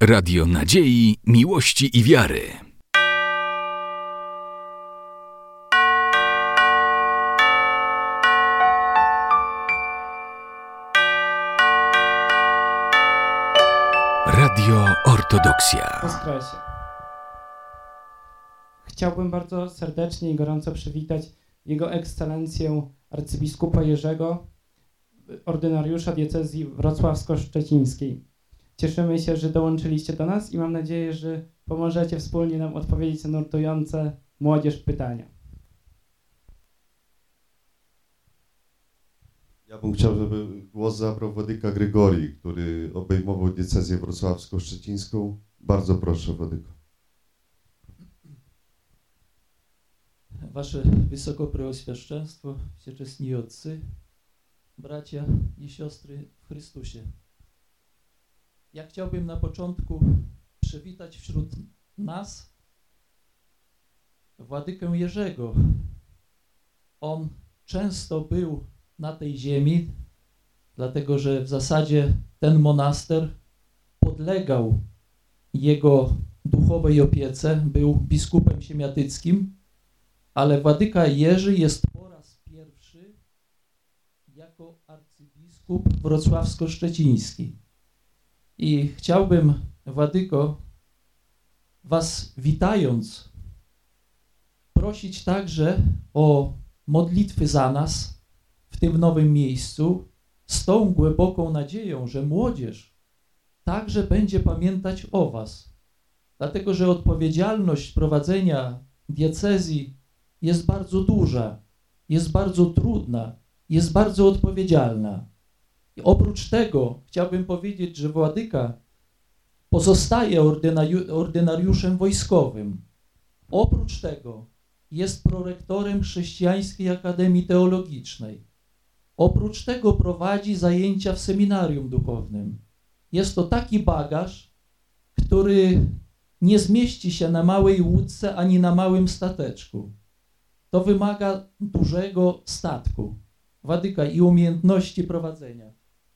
Radio Nadziei, Miłości i Wiary. Radio Ortodoksja. Po stresie. Chciałbym bardzo serdecznie i gorąco przywitać Jego Ekscelencję arcybiskupa Jerzego, ordynariusza diecezji wrocławsko-szczecińskiej. Cieszymy się, że dołączyliście do nas i mam nadzieję, że pomożecie wspólnie nam odpowiedzieć na nurtujące młodzież pytania. Ja bym chciał, żeby głos zabrał Władyka Grygorii, który obejmował diecezję wrocławsko-szczecińską. Bardzo proszę, Władyko. Wasze Wysokopreoswieszczeństwo, Всечестni Отcy, bracia i siostry w Chrystusie. Ja chciałbym na początku przywitać wśród nas Władykę Jerzego. On często był na tej ziemi, dlatego że w zasadzie ten monaster podlegał jego duchowej opiece, był biskupem siemiatyckim, ale Władyka Jerzy jest po raz pierwszy jako arcybiskup wrocławsko-szczeciński. I chciałbym, Władyko, was witając, prosić także o modlitwy za nas w tym nowym miejscu, z tą głęboką nadzieją, że młodzież także będzie pamiętać o was. Dlatego, że odpowiedzialność prowadzenia diecezji jest bardzo duża, jest bardzo trudna, jest bardzo odpowiedzialna. I oprócz tego chciałbym powiedzieć, że Władyka pozostaje ordynariuszem wojskowym. Oprócz tego jest prorektorem Chrześcijańskiej Akademii Teologicznej. Oprócz tego prowadzi zajęcia w seminarium duchownym. Jest to taki bagaż, który nie zmieści się na małej łódce ani na małym stateczku. To wymaga dużego statku, Władyka, i umiejętności prowadzenia.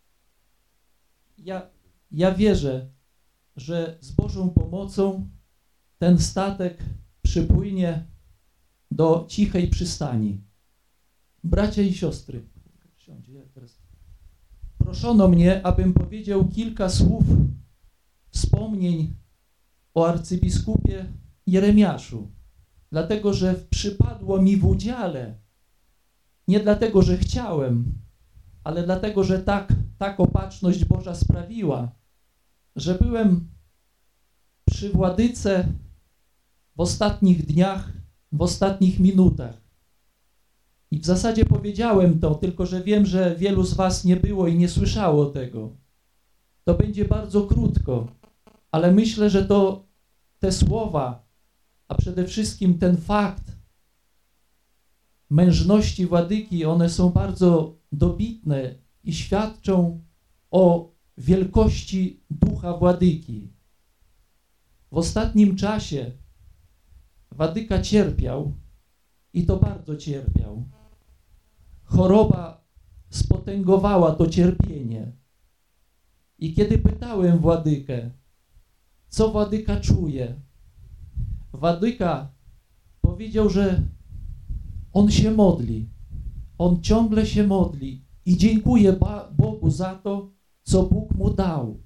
Ja wierzę, że z Bożą pomocą ten statek przypłynie do cichej przystani. Bracia i siostry, proszono mnie, abym powiedział kilka słów wspomnień o arcybiskupie Jeremiaszu, dlatego że przypadło mi w udziale, nie dlatego, że chciałem, ale dlatego, że tak opatrzność Boża sprawiła, że byłem przy Władyce w ostatnich dniach, w ostatnich minutach. I w zasadzie powiedziałem to, tylko że wiem, że wielu z was nie było i nie słyszało tego. To będzie bardzo krótko, ale myślę, że te słowa, a przede wszystkim ten fakt mężności Władyki, one są bardzo dobitne i świadczą o wielkości ducha Władyki. W ostatnim czasie Władyka cierpiał i to bardzo cierpiał. Choroba spotęgowała to cierpienie. I kiedy pytałem Władykę, co Władyka czuje, Władyka powiedział, że on się modli. On ciągle się modli i dziękuję Bogu za to, co Bóg mu dał.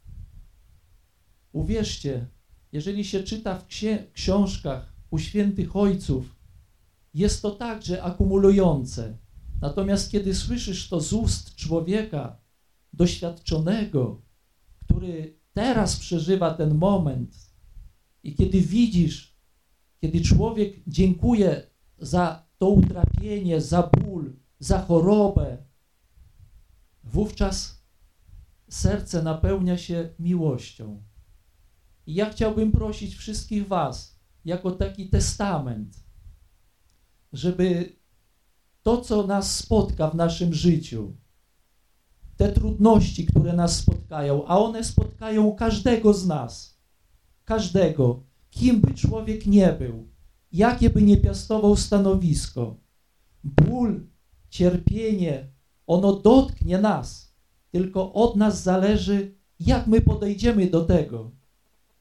Uwierzcie, jeżeli się czyta w książkach u świętych ojców, jest to także akumulujące. Natomiast kiedy słyszysz to z ust człowieka doświadczonego, który teraz przeżywa ten moment i kiedy widzisz, kiedy człowiek dziękuje za to utrapienie, za ból, za chorobę, wówczas serce napełnia się miłością. I ja chciałbym prosić wszystkich was, jako taki testament, żeby to, co nas spotka w naszym życiu, te trudności, które nas spotkają, a one spotkają każdego z nas, każdego, kim by człowiek nie był, jakie by nie piastował stanowisko, ból, cierpienie, ono dotknie nas, tylko od nas zależy, jak my podejdziemy do tego.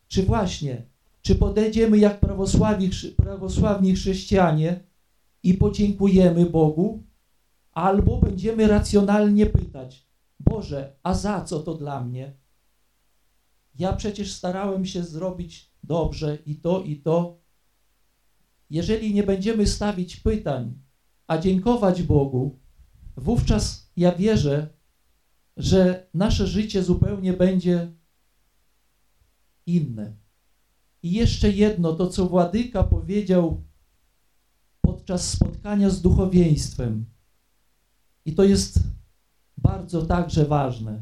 Czy podejdziemy jak prawosławni chrześcijanie i podziękujemy Bogu, albo będziemy racjonalnie pytać: Boże, a za co to dla mnie? Ja przecież starałem się zrobić dobrze i to, i to. Jeżeli nie będziemy stawić pytań, a dziękować Bogu, wówczas ja wierzę, że nasze życie zupełnie będzie inne. I jeszcze jedno, to co Władyka powiedział podczas spotkania z duchowieństwem. I to jest bardzo także ważne.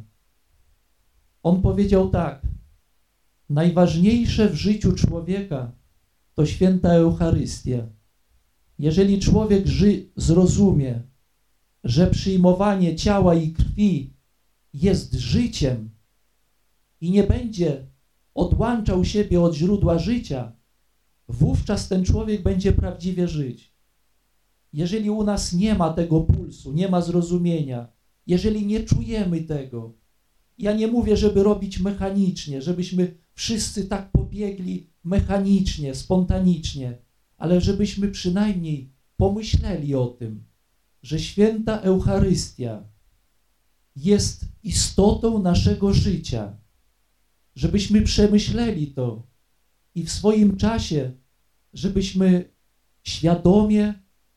On powiedział tak: najważniejsze w życiu człowieka to święta Eucharystia. Jeżeli człowiek zrozumie, że przyjmowanie ciała i krwi jest życiem i nie będzie odłączał siebie od źródła życia, wówczas ten człowiek będzie prawdziwie żyć. Jeżeli u nas nie ma tego pulsu, nie ma zrozumienia, jeżeli nie czujemy tego, ja nie mówię, żeby robić mechanicznie, żebyśmy wszyscy tak pobiegli mechanicznie, spontanicznie, ale żebyśmy przynajmniej pomyśleli o tym, że święta Eucharystia jest istotą naszego życia, żebyśmy przemyśleli to i w swoim czasie, żebyśmy świadomie,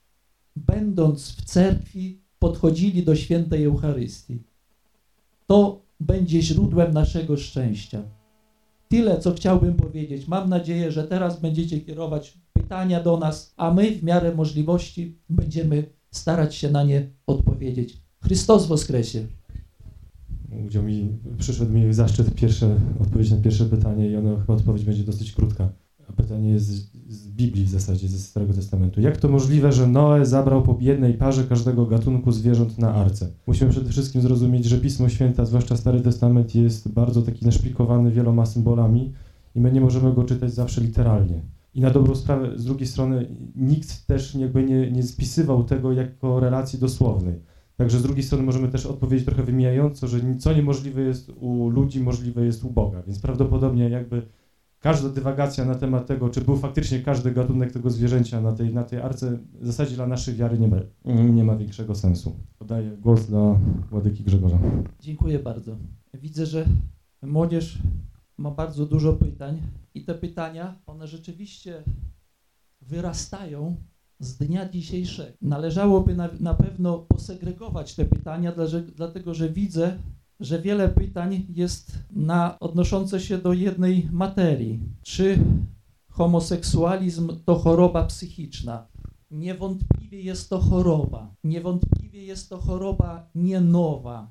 będąc w cerkwi, podchodzili do świętej Eucharystii. To będzie źródłem naszego szczęścia. Tyle, co chciałbym powiedzieć. Mam nadzieję, że teraz będziecie kierować pytania do nas, a my w miarę możliwości będziemy starać się na nie odpowiedzieć. Chrystus woskresie. Przyszedł mi zaszczyt odpowiedzieć na pierwsze pytanie i chyba odpowiedź będzie dosyć krótka. A pytanie jest z Biblii w zasadzie, ze Starego Testamentu. Jak to możliwe, że Noe zabrał po jednej parze każdego gatunku zwierząt na arce? Musimy przede wszystkim zrozumieć, że Pismo Święte, zwłaszcza Stary Testament, jest bardzo taki naszpikowany wieloma symbolami i my nie możemy go czytać zawsze literalnie. I na dobrą sprawę, z drugiej strony, nikt też nie spisywał tego jako relacji dosłownej. Także z drugiej strony możemy też odpowiedzieć trochę wymijająco, że co niemożliwe jest u ludzi, możliwe jest u Boga. Więc prawdopodobnie jakby każda dywagacja na temat tego, czy był faktycznie każdy gatunek tego zwierzęcia na tej arce, w zasadzie dla naszej wiary nie ma większego sensu. Podaję głos dla Władyki Grzegorza. Dziękuję bardzo. Widzę, że młodzież ma bardzo dużo pytań i te pytania, one rzeczywiście wyrastają z dnia dzisiejszego. Należałoby na pewno posegregować te pytania, dlatego że widzę, że wiele pytań jest odnoszące się do jednej materii. Czy homoseksualizm to choroba psychiczna? Niewątpliwie jest to choroba. Niewątpliwie jest to choroba nie nowa.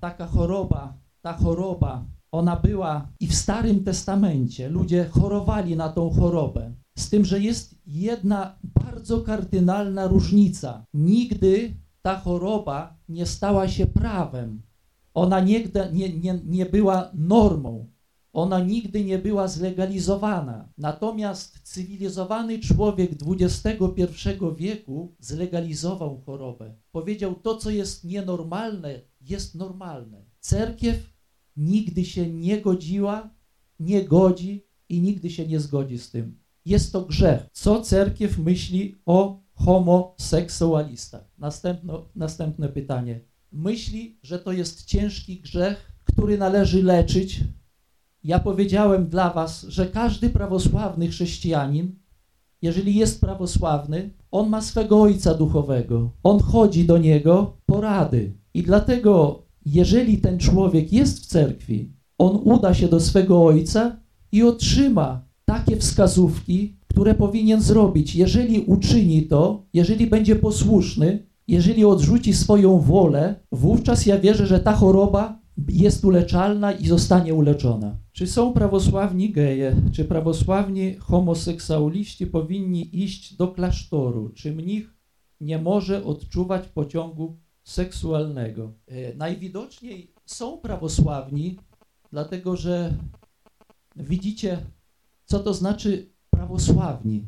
Ta choroba, ona była i w Starym Testamencie. Ludzie chorowali na tą chorobę. Z tym, że jest jedna bardzo kardynalna różnica. Nigdy ta choroba nie stała się prawem. Ona nigdy nie była normą. Ona nigdy nie była zlegalizowana. Natomiast cywilizowany człowiek XXI wieku zlegalizował chorobę. Powiedział, to co jest nienormalne, jest normalne. Cerkiew nigdy się nie godziła, nie godzi i nigdy się nie zgodzi z tym. Jest to grzech. Co cerkiew myśli o homoseksualistach? Następne pytanie. Myśli, że to jest ciężki grzech, który należy leczyć. Ja powiedziałem dla was, że każdy prawosławny chrześcijanin, jeżeli jest prawosławny, on ma swego ojca duchowego. On chodzi do niego po rady. I dlatego, jeżeli ten człowiek jest w cerkwi, on uda się do swego ojca i otrzyma takie wskazówki, które powinien zrobić. Jeżeli uczyni to, jeżeli będzie posłuszny, jeżeli odrzuci swoją wolę, wówczas ja wierzę, że ta choroba jest uleczalna i zostanie uleczona. Czy są prawosławni geje, czy prawosławni homoseksualiści powinni iść do klasztoru? Czy mnich nie może odczuwać pociągu seksualnego? Najwidoczniej są prawosławni, dlatego że widzicie, co to znaczy prawosławni.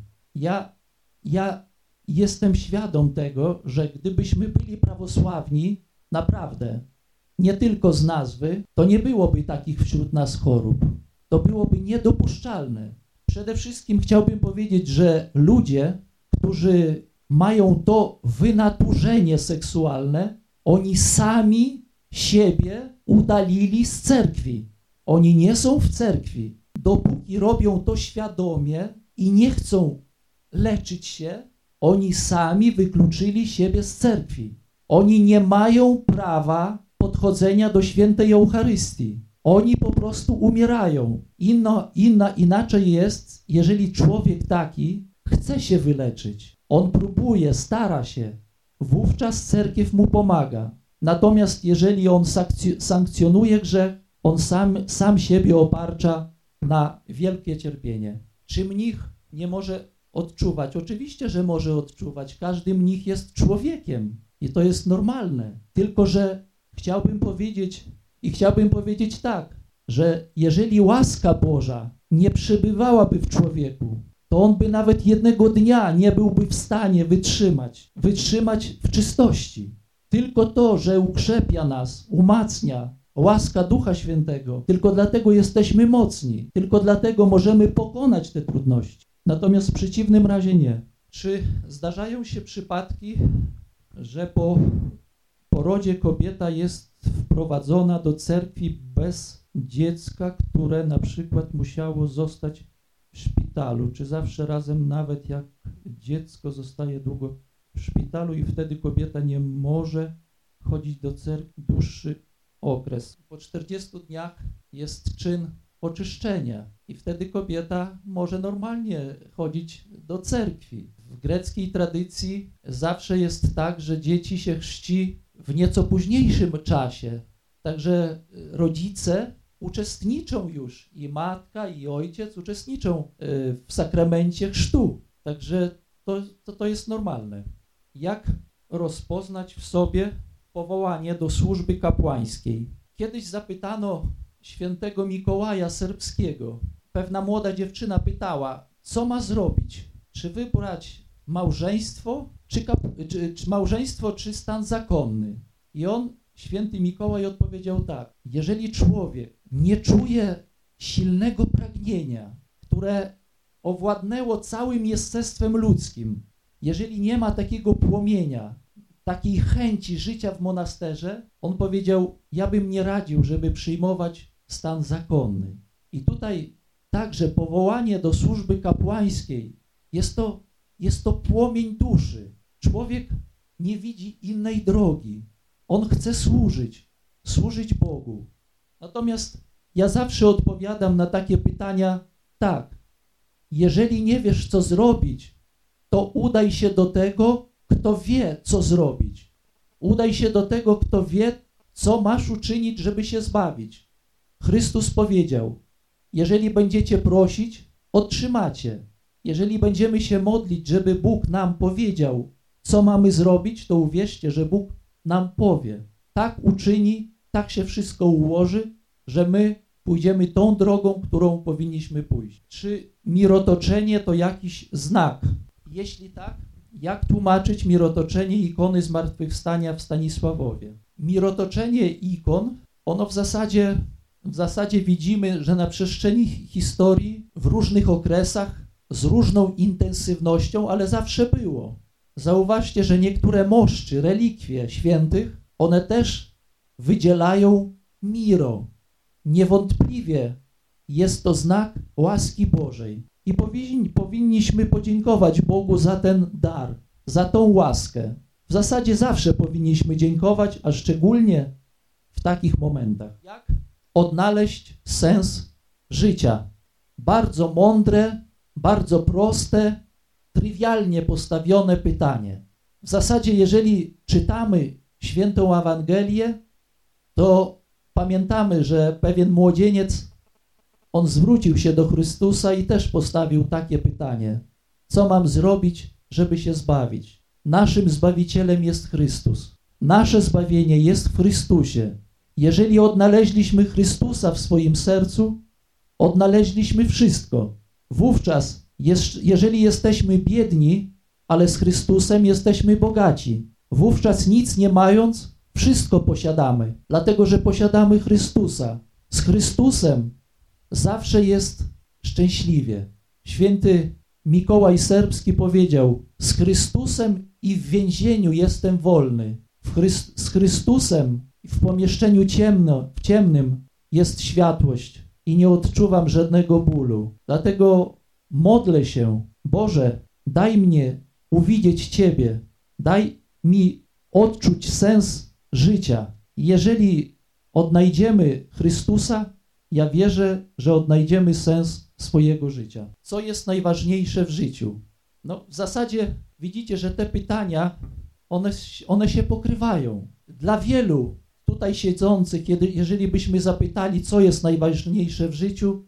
Ja jestem świadom tego, że gdybyśmy byli prawosławni, naprawdę, nie tylko z nazwy, to nie byłoby takich wśród nas chorób. To byłoby niedopuszczalne. Przede wszystkim chciałbym powiedzieć, że ludzie, którzy mają to wynaturzenie seksualne, oni sami siebie udalili z cerkwi. Oni nie są w cerkwi. Dopóki robią to świadomie i nie chcą leczyć się, oni sami wykluczyli siebie z cerkwi. Oni nie mają prawa podchodzenia do świętej Eucharystii. Oni po prostu umierają. Inaczej jest, jeżeli człowiek taki chce się wyleczyć. On próbuje, stara się. Wówczas cerkiew mu pomaga. Natomiast jeżeli on sankcjonuje grzech, on sam siebie obarcza na wielkie cierpienie. Czy mnich nie może odczuwać? Oczywiście, że może odczuwać. Każdy mnich jest człowiekiem i to jest normalne. Tylko że chciałbym powiedzieć tak, że jeżeli łaska Boża nie przebywałaby w człowieku, to on by nawet jednego dnia nie byłby w stanie wytrzymać w czystości. Tylko to, że ukrzepia nas, umacnia łaska Ducha Świętego, tylko dlatego jesteśmy mocni, tylko dlatego możemy pokonać te trudności. Natomiast w przeciwnym razie nie. Czy zdarzają się przypadki, że po porodzie kobieta jest wprowadzona do cerkwi bez dziecka, które na przykład musiało zostać w szpitalu? Czy zawsze razem, nawet jak dziecko zostaje długo w szpitalu i wtedy kobieta nie może chodzić do cerkwi dłuższy okres? Po 40 dniach jest czyn oczyszczenia i wtedy kobieta może normalnie chodzić do cerkwi. W greckiej tradycji zawsze jest tak, że dzieci się chrzci w nieco późniejszym czasie. Także rodzice uczestniczą już, i matka, i ojciec uczestniczą w sakramencie chrztu. Także to jest normalne. Jak rozpoznać w sobie powołanie do służby kapłańskiej? Kiedyś zapytano świętego Mikołaja Serbskiego. Pewna młoda dziewczyna pytała, co ma zrobić? Czy wybrać małżeństwo, czy stan zakonny? I on, święty Mikołaj, odpowiedział tak. Jeżeli człowiek nie czuje silnego pragnienia, które owładnęło całym jestestwem ludzkim, jeżeli nie ma takiego płomienia, takiej chęci życia w monasterze, on powiedział, ja bym nie radził, żeby przyjmować stan zakonny. I tutaj także powołanie do służby kapłańskiej jest to płomień duszy. Człowiek nie widzi innej drogi. On chce służyć Bogu. Natomiast ja zawsze odpowiadam na takie pytania tak. Jeżeli nie wiesz, co zrobić, to udaj się do tego, kto wie, co zrobić. Udaj się do tego, kto wie, co masz uczynić, żeby się zbawić. Chrystus powiedział, jeżeli będziecie prosić, otrzymacie. Jeżeli będziemy się modlić, żeby Bóg nam powiedział, co mamy zrobić, to uwierzcie, że Bóg nam powie. Tak uczyni, tak się wszystko ułoży, że my pójdziemy tą drogą, którą powinniśmy pójść. Czy mirotoczenie to jakiś znak? Jeśli tak, jak tłumaczyć mirotoczenie ikony Zmartwychwstania w Stanisławowie? Mirotoczenie ikon, ono w zasadzie widzimy, że na przestrzeni historii, w różnych okresach, z różną intensywnością, ale zawsze było. Zauważcie, że niektóre moszczy, relikwie świętych, one też wydzielają miro. Niewątpliwie jest to znak łaski Bożej. I powinniśmy podziękować Bogu za ten dar, za tą łaskę. W zasadzie zawsze powinniśmy dziękować, a szczególnie w takich momentach. Jak odnaleźć sens życia? Bardzo mądre, bardzo proste, trywialnie postawione pytanie. W zasadzie, jeżeli czytamy Świętą Ewangelię, to pamiętamy, że pewien młodzieniec, on zwrócił się do Chrystusa i też postawił takie pytanie. Co mam zrobić, żeby się zbawić? Naszym Zbawicielem jest Chrystus. Nasze zbawienie jest w Chrystusie. Jeżeli odnaleźliśmy Chrystusa w swoim sercu, odnaleźliśmy wszystko. Wówczas, jeżeli jesteśmy biedni, ale z Chrystusem jesteśmy bogaci. Wówczas nic nie mając, wszystko posiadamy, dlatego że posiadamy Chrystusa. Z Chrystusem zawsze jest szczęśliwie. Święty Mikołaj Serbski powiedział: z Chrystusem i w więzieniu jestem wolny. Z Chrystusem w pomieszczeniu ciemnym jest światłość i nie odczuwam żadnego bólu. Dlatego modlę się: Boże, daj mnie uwidzieć Ciebie, daj mi odczuć sens życia. Jeżeli odnajdziemy Chrystusa, ja wierzę, że odnajdziemy sens swojego życia. Co jest najważniejsze w życiu? No, w zasadzie widzicie, że te pytania, one się pokrywają. Dla wielu tutaj siedzących, jeżeli byśmy zapytali, co jest najważniejsze w życiu,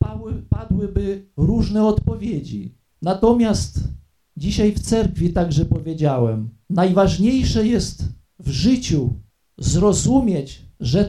padłyby różne odpowiedzi. Natomiast dzisiaj w cerkwi także powiedziałem, najważniejsze jest w życiu zrozumieć, że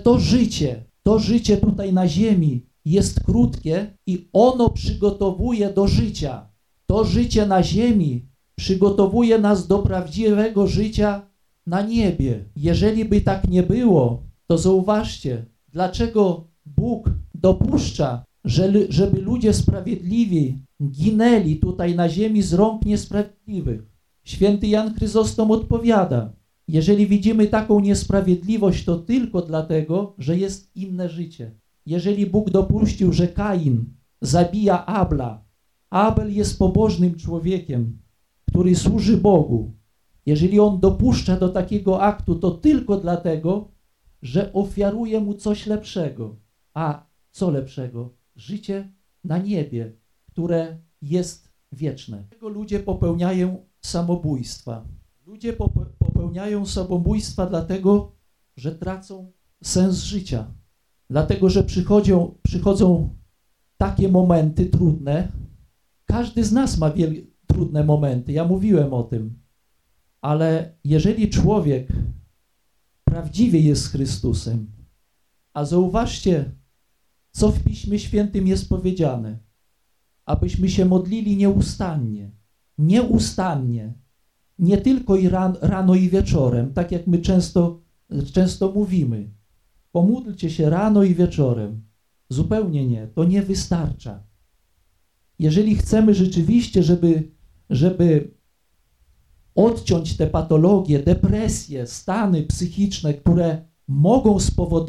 to życie tutaj na ziemi jest krótkie i ono przygotowuje do życia. To życie na ziemi przygotowuje nas do prawdziwego życia na niebie. Jeżeli by tak nie było, to zauważcie, dlaczego Bóg dopuszcza, żeby ludzie sprawiedliwi ginęli tutaj na ziemi z rąk niesprawiedliwych. Święty Jan Chryzostom odpowiada: jeżeli widzimy taką niesprawiedliwość, to tylko dlatego, że jest inne życie. Jeżeli Bóg dopuścił, że Kain zabija Abla, Abel jest pobożnym człowiekiem, który służy Bogu. Jeżeli on dopuszcza do takiego aktu, to tylko dlatego, że ofiaruje mu coś lepszego. A co lepszego? Życie na niebie, które jest wieczne. Dlatego ludzie popełniają samobójstwa. Ludzie popełniają samobójstwa dlatego, że tracą sens życia. Dlatego, że przychodzą takie momenty trudne. Każdy z nas ma trudne momenty, ja mówiłem o tym. Ale jeżeli człowiek prawdziwie jest z Chrystusem, a zauważcie, co w Piśmie Świętym jest powiedziane, abyśmy się modlili nieustannie, nie tylko rano i wieczorem, tak jak my często mówimy. Pomódlcie się rano i wieczorem. Zupełnie nie, to nie wystarcza. Jeżeli chcemy rzeczywiście, żeby odciąć te patologie, depresje, stany psychiczne, które mogą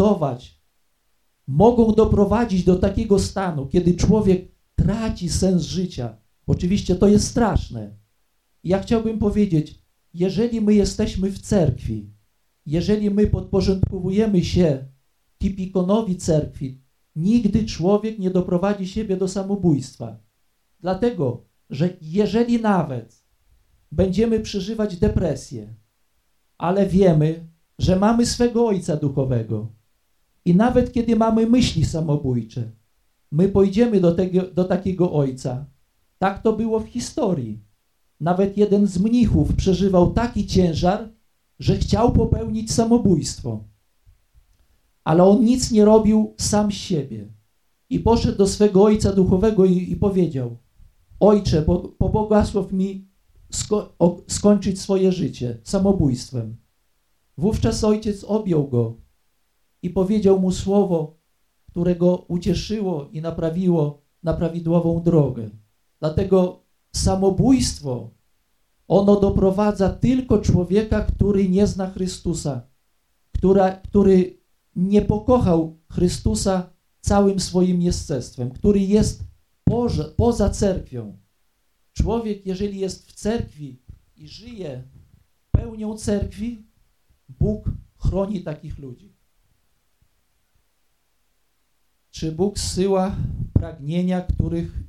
doprowadzić do takiego stanu, kiedy człowiek traci sens życia. Oczywiście to jest straszne. Ja chciałbym powiedzieć, jeżeli my jesteśmy w cerkwi, jeżeli my podporządkowujemy się typikonowi cerkwi, nigdy człowiek nie doprowadzi siebie do samobójstwa. Dlatego, że jeżeli nawet będziemy przeżywać depresję, ale wiemy, że mamy swego Ojca Duchowego i nawet kiedy mamy myśli samobójcze, my pójdziemy do takiego Ojca. Tak to było w historii. Nawet jeden z mnichów przeżywał taki ciężar, że chciał popełnić samobójstwo. Ale on nic nie robił sam z siebie. I poszedł do swego Ojca Duchowego i powiedział: Ojcze, pobłogosław mi skończyć swoje życie samobójstwem. Wówczas Ojciec objął go i powiedział mu słowo, które go ucieszyło i naprawiło na prawidłową drogę. Dlatego samobójstwo, ono doprowadza tylko człowieka, który nie zna Chrystusa, który nie pokochał Chrystusa całym swoim jestestwem, który jest poza cerkwią. Człowiek, jeżeli jest w cerkwi i żyje pełnią cerkwi, Bóg chroni takich ludzi. Czy Bóg zsyła pragnienia, których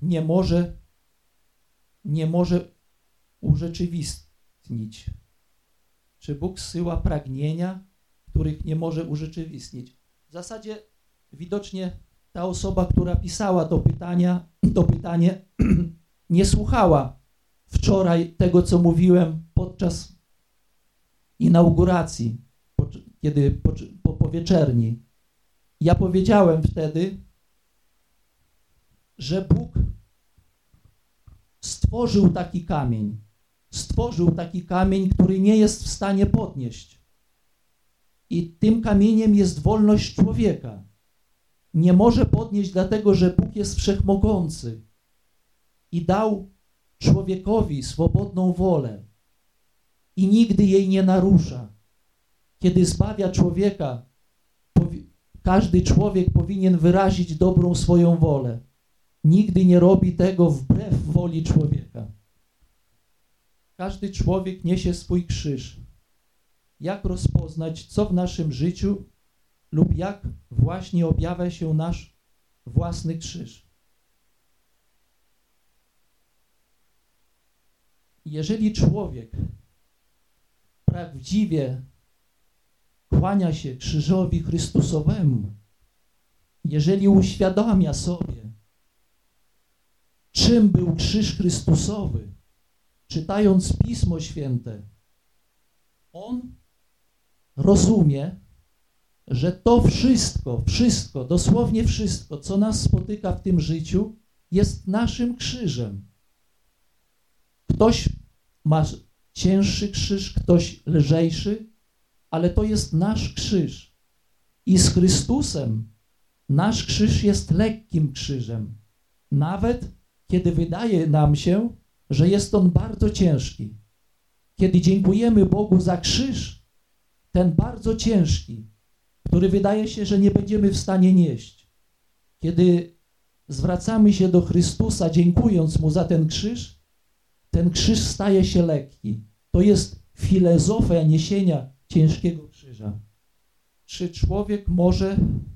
nie może urzeczywistnić? Czy Bóg zsyła pragnienia, których nie może urzeczywistnić? W zasadzie widocznie ta osoba, która pisała to pytanie nie słuchała wczoraj tego, co mówiłem podczas inauguracji, kiedy po wieczerni. Ja powiedziałem wtedy, że Bóg stworzył taki kamień, który nie jest w stanie podnieść. I tym kamieniem jest wolność człowieka. Nie może podnieść dlatego, że Bóg jest wszechmogący. i dał człowiekowi swobodną wolę i nigdy jej nie narusza. Kiedy zbawia człowieka, każdy człowiek powinien wyrazić dobrą swoją wolę. Nigdy nie robi tego wbrew woli człowieka. Każdy człowiek niesie swój krzyż. Jak rozpoznać, co w naszym życiu lub jak właśnie objawia się nasz własny krzyż? Jeżeli człowiek prawdziwie kłania się krzyżowi Chrystusowemu, jeżeli uświadamia sobie, czym był krzyż Chrystusowy, czytając Pismo Święte, on rozumie, że to wszystko, dosłownie wszystko, co nas spotyka w tym życiu, jest naszym krzyżem. Ktoś ma cięższy krzyż, ktoś lżejszy, ale to jest nasz krzyż. I z Chrystusem nasz krzyż jest lekkim krzyżem. Nawet kiedy wydaje nam się, że jest on bardzo ciężki. Kiedy dziękujemy Bogu za krzyż, ten bardzo ciężki, który wydaje się, że nie będziemy w stanie nieść. Kiedy zwracamy się do Chrystusa, dziękując Mu za ten krzyż staje się lekki. To jest filozofia niesienia ciężkiego krzyża. Czy człowiek może,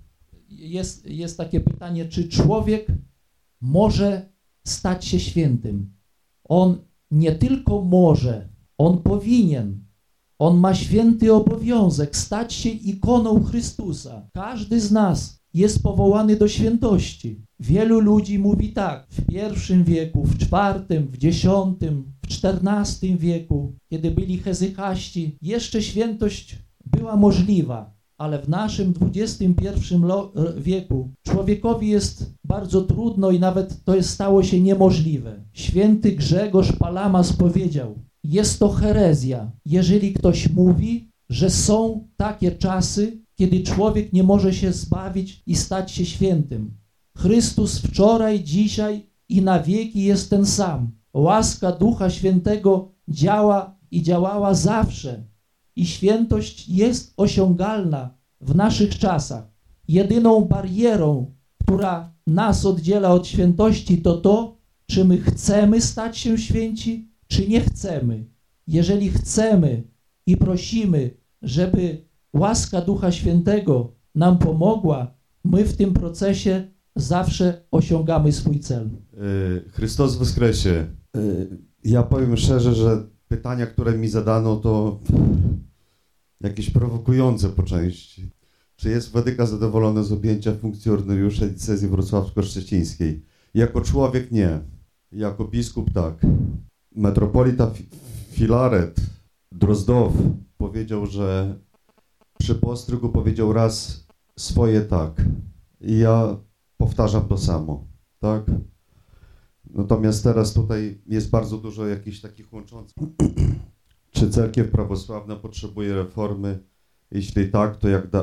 jest takie pytanie, czy człowiek może stać się świętym? On nie tylko może, on powinien. On ma święty obowiązek stać się ikoną Chrystusa. Każdy z nas jest powołany do świętości. Wielu ludzi mówi tak, w I wieku, w IV, w X, w XIV wieku, kiedy byli hezychaści, jeszcze świętość była możliwa, ale w naszym XXI wieku człowiekowi jest bardzo trudno i nawet to stało się niemożliwe. Święty Grzegorz Palamas powiedział, jest to herezja, jeżeli ktoś mówi, że są takie czasy, kiedy człowiek nie może się zbawić i stać się świętym. Chrystus wczoraj, dzisiaj i na wieki jest ten sam. Łaska Ducha Świętego działa i działała zawsze. I świętość jest osiągalna w naszych czasach. Jedyną barierą, która nas oddziela od świętości, to to, czy my chcemy stać się święci, czy nie chcemy. Jeżeli chcemy i prosimy, żeby łaska Ducha Świętego nam pomogła, my w tym procesie zawsze osiągamy swój cel. Chrystus woskresie. Ja powiem szczerze, że pytania, które mi zadano, to jakieś prowokujące po części. Czy jest Władyka zadowolony z objęcia funkcji ordynariusza diecezji wrocławsko-szczecińskiej? Jako człowiek nie. Jako biskup tak. Metropolita Filaret Drozdow powiedział, że przy postrygu powiedział raz swoje tak. I ja powtarzam to samo. Tak? Natomiast teraz tutaj jest bardzo dużo jakichś takich łączących. Czy cerkiew prawosławna potrzebuje reformy? Jeśli tak, to jak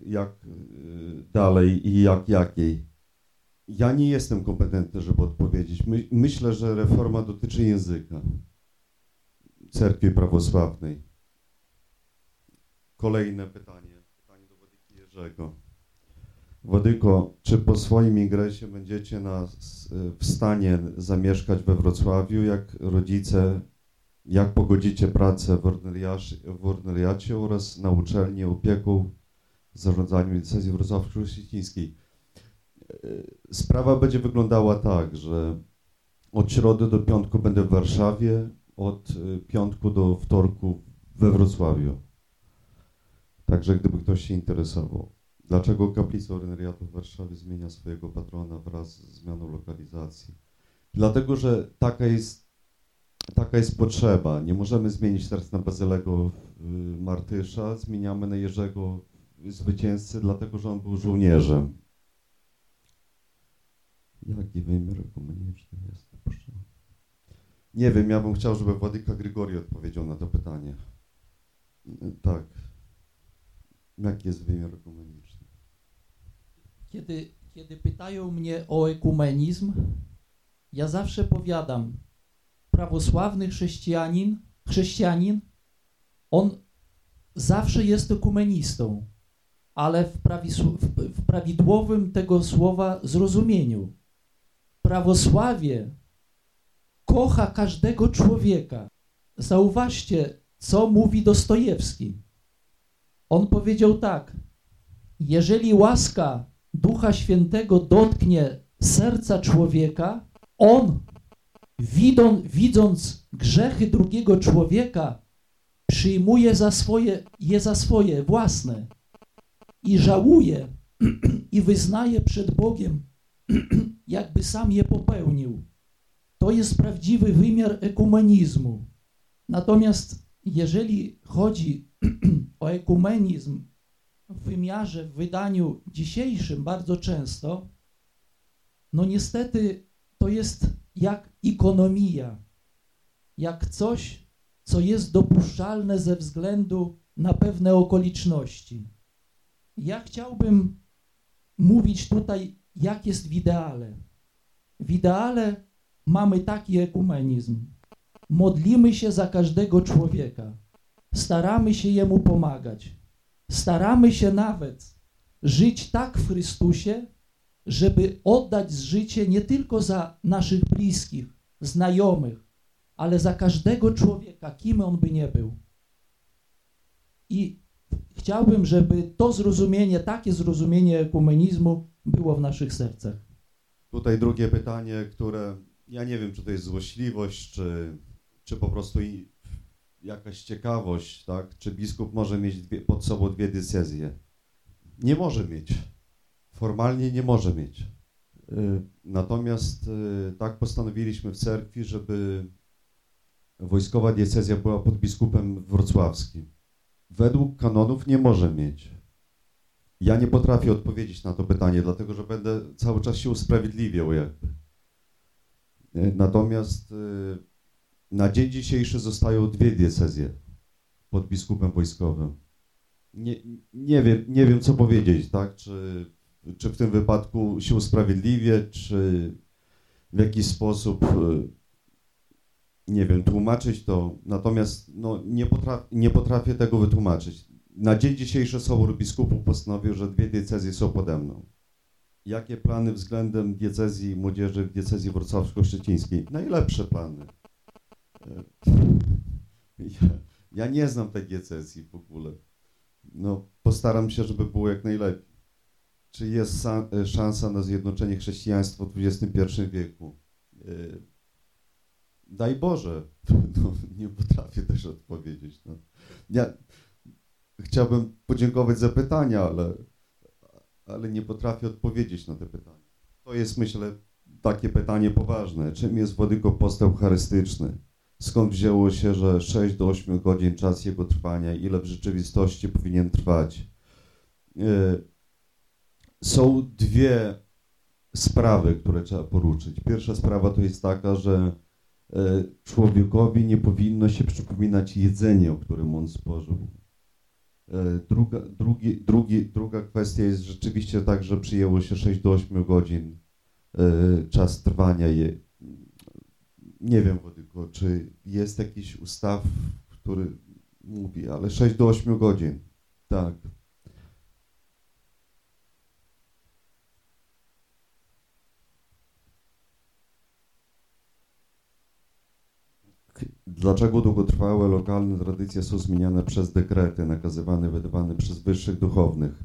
dalej i jakiej? Ja nie jestem kompetentny, żeby odpowiedzieć. Myślę, że reforma dotyczy języka cerkwi prawosławnej. Kolejne pytanie do Władyki Jerzego. Władyko, czy po swoim ingresie będziecie w stanie zamieszkać we Wrocławiu, jak rodzice, jak pogodzicie pracę w ordynariacie oraz na uczelni opieką w zarządzaniu diecezji wrocławsko-szczecińskiej? Sprawa będzie wyglądała tak, że od środy do piątku będę w Warszawie, od piątku do wtorku we Wrocławiu. Także gdyby ktoś się interesował. Dlaczego kaplica ordynariatu w Warszawie zmienia swojego patrona wraz z zmianą lokalizacji? Dlatego, że taka jest potrzeba. Nie możemy zmienić teraz na Bazylego Martysza, zmieniamy na Jerzego Zwycięzcy, dlatego, że on był żołnierzem. Jaki wymiar ekumeniczny jest? Proszę. Nie wiem, ja bym chciał, żeby Władyka Grygorii odpowiedział na to pytanie. Tak. Jaki jest wymiar ekumeniczny? Kiedy pytają mnie o ekumenizm, Ja zawsze powiadam, prawosławny chrześcijanin, on zawsze jest ekumenistą, ale w prawidłowym tego słowa zrozumieniu. Prawosławie kocha każdego człowieka. Zauważcie, co mówi Dostojewski. On powiedział tak: jeżeli łaska Ducha Świętego dotknie serca człowieka, on, widząc grzechy drugiego człowieka, przyjmuje je za swoje własne i żałuje i wyznaje przed Bogiem, jakby sam je popełnił. To jest prawdziwy wymiar ekumenizmu. Natomiast jeżeli chodzi o ekumenizm w wydaniu dzisiejszym bardzo często, no niestety to jest jak ikonomia, jak coś, co jest dopuszczalne ze względu na pewne okoliczności. Ja chciałbym mówić tutaj, jak jest w ideale. W ideale mamy taki ekumenizm. Modlimy się za każdego człowieka. Staramy się jemu pomagać. Staramy się nawet żyć tak w Chrystusie, żeby oddać życie nie tylko za naszych bliskich, znajomych, ale za każdego człowieka, kim on by nie był. I chciałbym, żeby to zrozumienie, takie zrozumienie ekumenizmu było w naszych sercach. Tutaj drugie pytanie, które ja nie wiem, czy to jest złośliwość, czy po prostu jakaś ciekawość, tak? Czy biskup może mieć pod sobą dwie diecezje? Nie może mieć. Formalnie nie może mieć. Natomiast tak postanowiliśmy w cerkwi, żeby wojskowa diecezja była pod biskupem wrocławskim. Według kanonów nie może mieć. Ja nie potrafię odpowiedzieć na to pytanie, dlatego że będę cały czas się usprawiedliwiał jakby. Natomiast na dzień dzisiejszy zostają dwie diecezje pod biskupem wojskowym. Nie wiem co powiedzieć, tak? Czy w tym wypadku się usprawiedliwię, czy w jakiś sposób, nie wiem, tłumaczyć to. Natomiast no, nie potrafię tego wytłumaczyć. Na dzień dzisiejszy Sobór Biskupów postanowił, że dwie diecezje są pode mną. Jakie plany względem diecezji młodzieży w diecezji wrocławsko-szczecińskiej? Najlepsze plany. Ja nie znam tej diecezji w ogóle. No, postaram się, żeby było jak najlepiej. Czy jest szansa na zjednoczenie chrześcijaństwa w XXI wieku? Daj Boże. No, nie potrafię też odpowiedzieć. No. Ja chciałbym podziękować za pytania, ale nie potrafię odpowiedzieć na te pytania. To jest, myślę, takie pytanie poważne. Czym jest Władyko post eucharystyczny? Skąd wzięło się, że 6 do 8 godzin czas jego trwania? Ile w rzeczywistości powinien trwać? Są dwie sprawy, które trzeba poruszyć. Pierwsza sprawa to jest taka, że człowiekowi nie powinno się przypominać jedzenie, o którym on spożył. Druga kwestia jest rzeczywiście tak, że przyjęło się 6 do 8 godzin czas trwania. Nie wiem, Władyko, czy jest jakiś ustaw, który mówi, ale 6 do 8 godzin, tak. Dlaczego długotrwałe lokalne tradycje są zmieniane przez dekrety nakazywane, wydawane przez wyższych duchownych?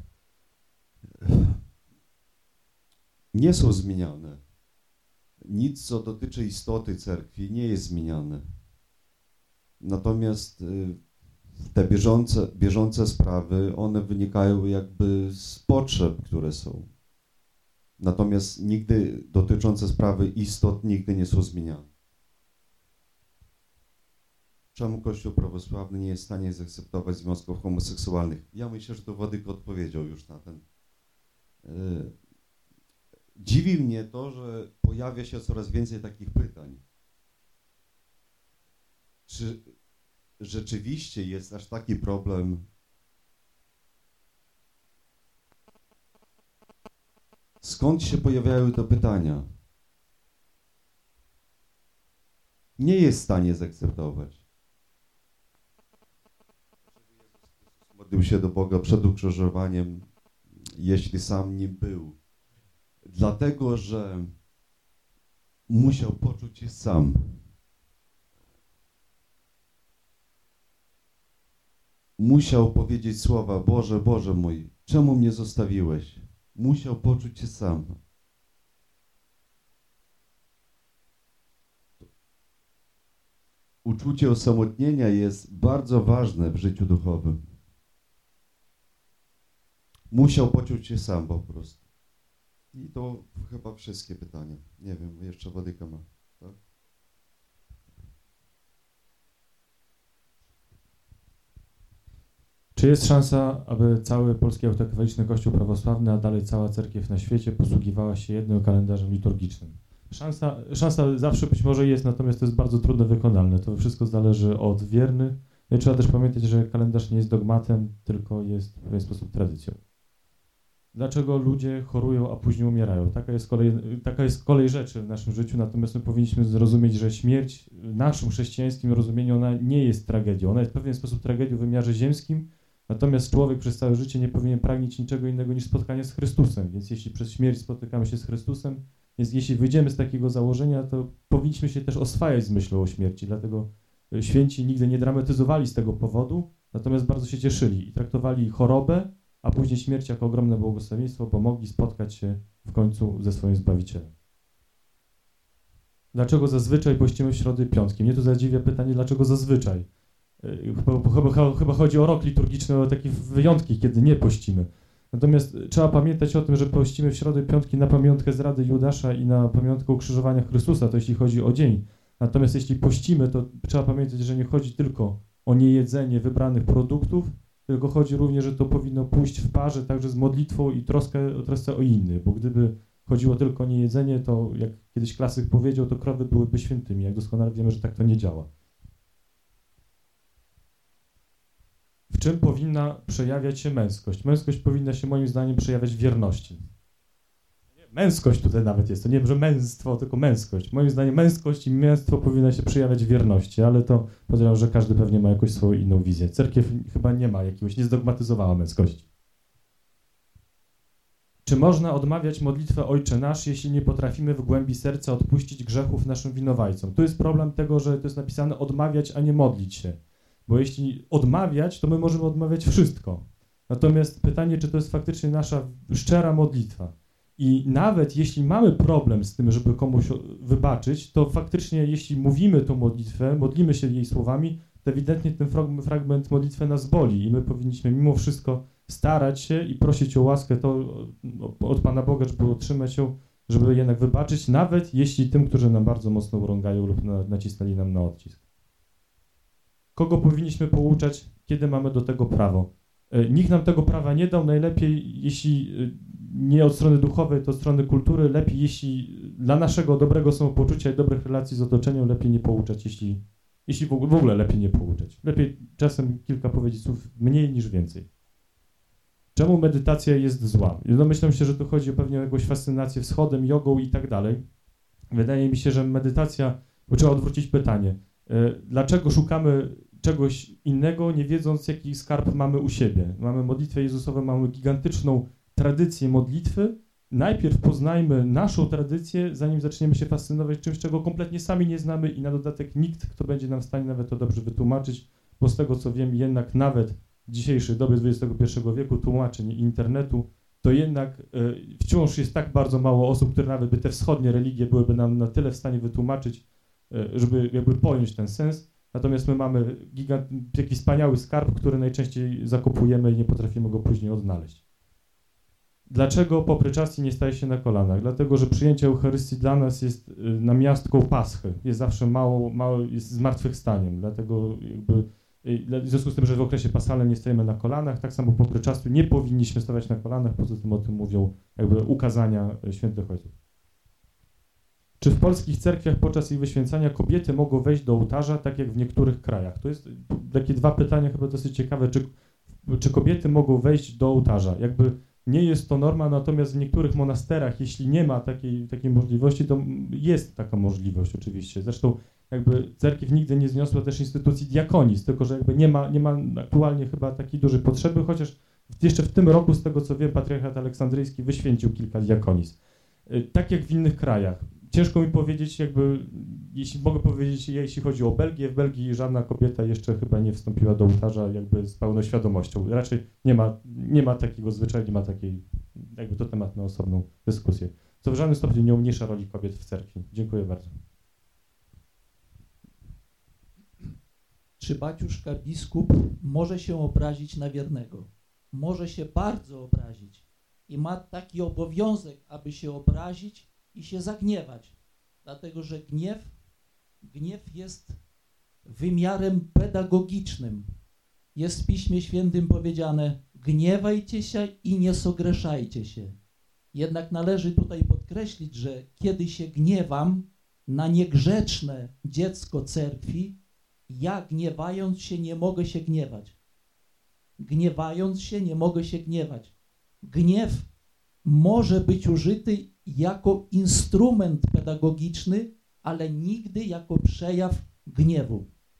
Nie są zmieniane. Nic, co dotyczy istoty cerkwi, nie jest zmieniane. Natomiast te bieżące sprawy, one wynikają jakby z potrzeb, które są. Natomiast nigdy dotyczące sprawy istot nigdy nie są zmieniane. Czemu Kościół prawosławny nie jest w stanie zaakceptować związków homoseksualnych? Ja myślę, że to Władyka odpowiedział już na ten. Dziwi mnie to, że pojawia się coraz więcej takich pytań. Czy rzeczywiście jest aż taki problem? Skąd się pojawiają te pytania? nie jest w stanie zaakceptować. Modlił się do Boga przed ukrzyżowaniem, jeśli sam nim był. Dlatego, że musiał poczuć się sam. Musiał powiedzieć słowa: Boże, Boże mój, czemu mnie zostawiłeś? Musiał poczuć się sam. Uczucie osamotnienia jest bardzo ważne w życiu duchowym. Musiał poczuć się sam po prostu. I to chyba wszystkie pytania. Nie wiem, jeszcze Wadyka ma. Tak? Czy jest szansa, aby cały polski autokefaliczny Kościół prawosławny, a dalej cała cerkiew na świecie posługiwała się jednym kalendarzem liturgicznym? Szansa zawsze być może jest, natomiast to jest bardzo trudno wykonalne. To wszystko zależy od wiernych. No i trzeba też pamiętać, że kalendarz nie jest dogmatem, tylko jest w pewien sposób tradycją. Dlaczego ludzie chorują, a później umierają? Taka jest kolej rzeczy w naszym życiu, natomiast my powinniśmy zrozumieć, że śmierć w naszym chrześcijańskim rozumieniu ona nie jest tragedią. Ona jest w pewien sposób tragedią w wymiarze ziemskim, natomiast człowiek przez całe życie nie powinien pragnieć niczego innego niż spotkania z Chrystusem. Więc jeśli przez śmierć spotykamy się z Chrystusem, więc jeśli wyjdziemy z takiego założenia, to powinniśmy się też oswajać z myślą o śmierci. Dlatego święci nigdy nie dramatyzowali z tego powodu, natomiast bardzo się cieszyli i traktowali chorobę, a później śmierć jako ogromne błogosławieństwo, bo mogli spotkać się w końcu ze swoim Zbawicielem. Dlaczego zazwyczaj pościmy w środy piątki? Mnie tu zadziwia pytanie, dlaczego zazwyczaj? Chyba chodzi o rok liturgiczny, o takie wyjątki, kiedy nie pościmy. Natomiast trzeba pamiętać o tym, że pościmy w środy piątki na pamiątkę zrady Judasza i na pamiątkę ukrzyżowania Chrystusa, to jeśli chodzi o dzień. Natomiast jeśli pościmy, to trzeba pamiętać, że nie chodzi tylko o niejedzenie wybranych produktów, tylko chodzi również, że to powinno pójść w parze także z modlitwą i trosce o innych, bo gdyby chodziło tylko o niejedzenie, to jak kiedyś klasyk powiedział, to krowy byłyby świętymi. Jak doskonale wiemy, że tak to nie działa. W czym powinna przejawiać się męskość? Męskość powinna się moim zdaniem przejawiać w wierności. Męskość tutaj nawet jest, to nie, że męstwo, tylko męskość. Moim zdaniem męskość i męstwo powinna się przejawiać w wierności, ale to podejrzewam, że każdy pewnie ma jakąś swoją inną wizję. Cerkiew chyba nie ma jakiegoś, nie zdogmatyzowała męskości. Czy można odmawiać modlitwę Ojcze Nasz, jeśli nie potrafimy w głębi serca odpuścić grzechów naszym winowajcom? Tu jest problem tego, że to jest napisane odmawiać, a nie modlić się. Bo jeśli odmawiać, to my możemy odmawiać wszystko. Natomiast pytanie, czy to jest faktycznie nasza szczera modlitwa. I nawet jeśli mamy problem z tym, żeby komuś wybaczyć, to faktycznie jeśli mówimy tą modlitwę, modlimy się jej słowami, to ewidentnie ten fragment modlitwy nas boli i my powinniśmy mimo wszystko starać się i prosić o łaskę to od Pana Boga, żeby otrzymać ją, żeby jednak wybaczyć, nawet jeśli tym, którzy nam bardzo mocno urągają lub nacisnęli nam na odcisk. Kogo powinniśmy pouczać, kiedy mamy do tego prawo? Nikt nam tego prawa nie dał, najlepiej jeśli nie od strony duchowej, to od strony kultury, lepiej jeśli dla naszego dobrego samopoczucia i dobrych relacji z otoczeniem, lepiej nie pouczać, jeśli w ogóle lepiej nie pouczać. Lepiej czasem kilka powiedzieć słów mniej niż więcej. Czemu medytacja jest zła? No myślę się, że tu chodzi o pewnie jakąś fascynację wschodem, jogą i tak dalej. Wydaje mi się, że medytacja, bo trzeba odwrócić pytanie, dlaczego szukamy czegoś innego, nie wiedząc, jaki skarb mamy u siebie. Mamy modlitwę Jezusową, mamy gigantyczną tradycję modlitwy. Najpierw poznajmy naszą tradycję, zanim zaczniemy się fascynować czymś, czego kompletnie sami nie znamy i na dodatek nikt, kto będzie nam w stanie nawet to dobrze wytłumaczyć, bo z tego co wiem, jednak nawet w dzisiejszej dobie XXI wieku tłumaczeń internetu, to jednak wciąż jest tak bardzo mało osób, które nawet by te wschodnie religie byłyby nam na tyle w stanie wytłumaczyć, żeby jakby pojąć ten sens. Natomiast my mamy taki wspaniały skarb, który najczęściej zakopujemy i nie potrafimy go później odnaleźć. Dlaczego popryczastie nie staje się na kolanach? Dlatego, że przyjęcie Eucharystii dla nas jest namiastką Paschy. Jest zawsze mało jest zmartwychwstaniem. Dlatego w związku z tym, że w okresie paschalnym nie stajemy na kolanach, tak samo po pryczastu nie powinniśmy stawać na kolanach, poza tym o tym mówią jakby ukazania świętych ojców. Czy w polskich cerkwiach podczas ich wyświęcania kobiety mogą wejść do ołtarza, tak jak w niektórych krajach? To jest takie dwa pytania chyba dosyć ciekawe. Czy kobiety mogą wejść do ołtarza? Jakby nie jest to norma, natomiast w niektórych monasterach, jeśli nie ma takiej możliwości, to jest taka możliwość oczywiście. Zresztą jakby cerkiew nigdy nie zniosła też instytucji diakonis, tylko że jakby nie ma aktualnie chyba takiej dużej potrzeby, chociaż jeszcze w tym roku, z tego co wiem, patriarchat aleksandryjski wyświęcił kilka diakonis. Tak jak w innych krajach. Ciężko mi powiedzieć, jakby, jeśli mogę powiedzieć, jeśli chodzi o Belgię, w Belgii żadna kobieta jeszcze chyba nie wstąpiła do ołtarza jakby z pełną świadomością. Raczej nie ma takiego zwyczaju, nie ma takiej, jakby to temat na osobną dyskusję. Co w żadnym stopniu nie umniejsza roli kobiet w cerkwi. Dziękuję bardzo. Czy baciuszka biskup może się obrazić na wiernego? Może się bardzo obrazić i ma taki obowiązek, aby się obrazić i się zagniewać, dlatego że gniew jest wymiarem pedagogicznym. Jest w Piśmie Świętym powiedziane: gniewajcie się i nie sogrzeszajcie się. Jednak należy tutaj podkreślić, że kiedy się gniewam na niegrzeczne dziecko cerkwi, ja gniewając się nie mogę się gniewać. Gniewając się nie mogę się gniewać. Gniew może być użyty jako instrument pedagogiczny, ale nigdy jako przejaw gniewu.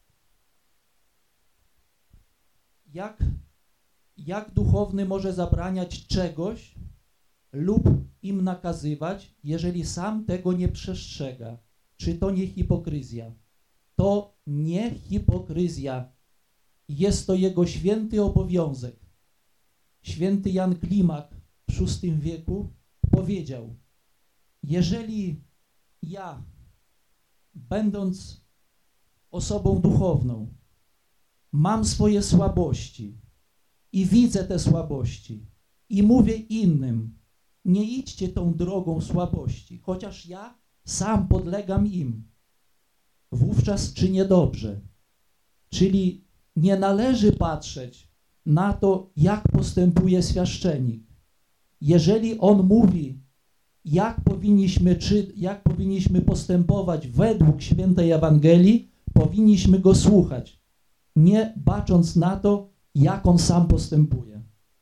Jak duchowny może zabraniać czegoś lub im nakazywać, jeżeli sam tego nie przestrzega? Czy to nie hipokryzja? To nie hipokryzja. Jest to jego święty obowiązek. Święty Jan Klimak w VI wieku powiedział: jeżeli ja, będąc osobą duchowną, mam swoje słabości i widzę te słabości i mówię innym: nie idźcie tą drogą słabości, chociaż ja sam podlegam im, wówczas czynię dobrze. Czyli nie należy patrzeć na to, jak postępuje świaszczenik. Jeżeli on mówi, jak powinniśmy postępować według świętej Ewangelii, powinniśmy go słuchać, nie bacząc na to, jak on sam postępuje.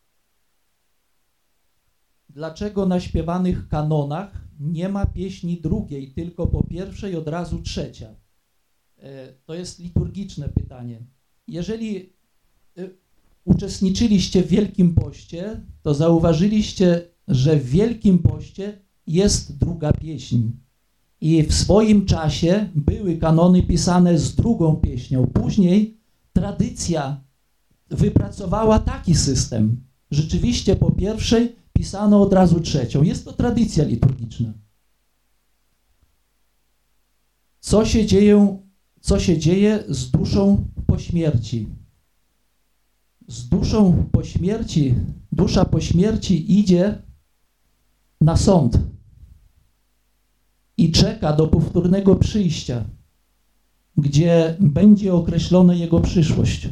Dlaczego na śpiewanych kanonach nie ma pieśni drugiej, tylko po pierwszej od razu trzecia? To jest liturgiczne pytanie. Jeżeli uczestniczyliście w Wielkim Poście, to zauważyliście, że w Wielkim Poście jest druga pieśń. I w swoim czasie były kanony pisane z drugą pieśnią. Później tradycja wypracowała taki system. Rzeczywiście po pierwszej pisano od razu trzecią. Jest to tradycja liturgiczna. Co się dzieje z duszą po śmierci? Z duszą po śmierci, dusza po śmierci idzie na sąd i czeka do powtórnego przyjścia, gdzie będzie określona jego przyszłość.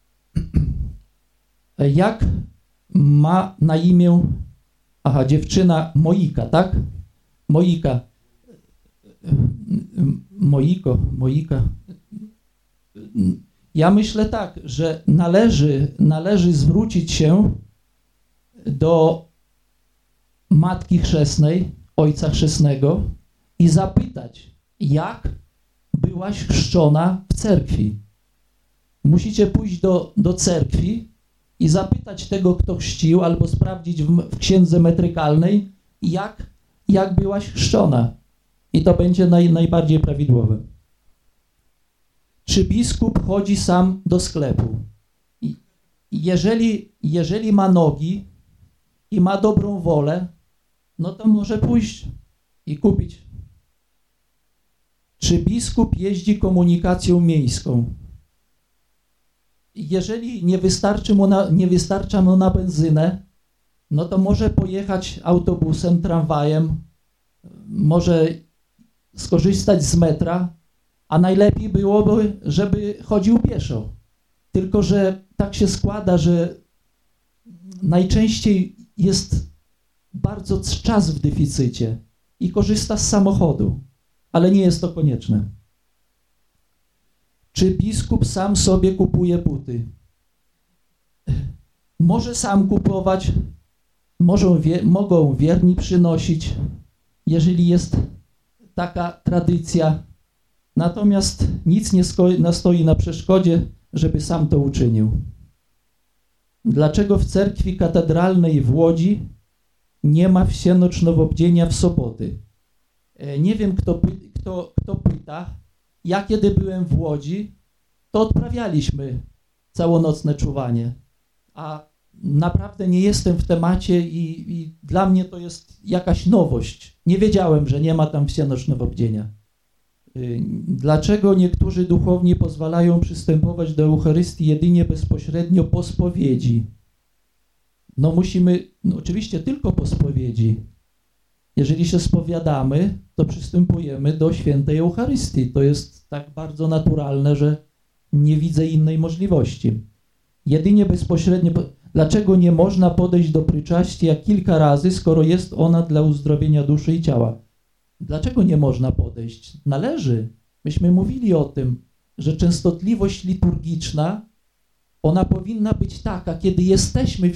Jak ma na imię, dziewczyna Moika, tak? Moika. Moika. Ja myślę tak, że należy zwrócić się do Matki Chrzestnej, Ojca Chrzestnego i zapytać, jak byłaś chrzczona w cerkwi. Musicie pójść do cerkwi i zapytać tego, kto chrzcił, albo sprawdzić w księdze metrykalnej, jak byłaś chrzczona. I to będzie najbardziej prawidłowe. Czy biskup chodzi sam do sklepu? Jeżeli ma nogi i ma dobrą wolę, no to może pójść i kupić. Czy biskup jeździ komunikacją miejską? Jeżeli nie wystarcza mu na benzynę, no to może pojechać autobusem, tramwajem, może skorzystać z metra, a najlepiej byłoby, żeby chodził pieszo. Tylko że tak się składa, że najczęściej jest bardzo czas w deficycie i korzysta z samochodu, ale nie jest to konieczne. Czy biskup sam sobie kupuje buty? Może sam kupować, mogą wierni przynosić, jeżeli jest taka tradycja, Natomiast nic nie stoi na przeszkodzie, żeby sam to uczynił. Dlaczego w cerkwi katedralnej w Łodzi nie ma wsienocznowobdzienia w soboty? Nie wiem, kto pyta. Ja kiedy byłem w Łodzi, to odprawialiśmy całonocne czuwanie. A naprawdę nie jestem w temacie i dla mnie to jest jakaś nowość. Nie wiedziałem, że nie ma tam wsienocznowobdzienia. Dlaczego niektórzy duchowni pozwalają przystępować do Eucharystii jedynie bezpośrednio po spowiedzi? No musimy, oczywiście tylko po spowiedzi. Jeżeli się spowiadamy, to przystępujemy do świętej Eucharystii. To jest tak bardzo naturalne, że nie widzę innej możliwości. Jedynie bezpośrednio. Dlaczego nie można podejść do pryczastia kilka razy, skoro jest ona dla uzdrowienia duszy i ciała? Dlaczego nie można podejść? Należy. Myśmy mówili o tym, że częstotliwość liturgiczna, ona powinna być taka, kiedy jesteśmy w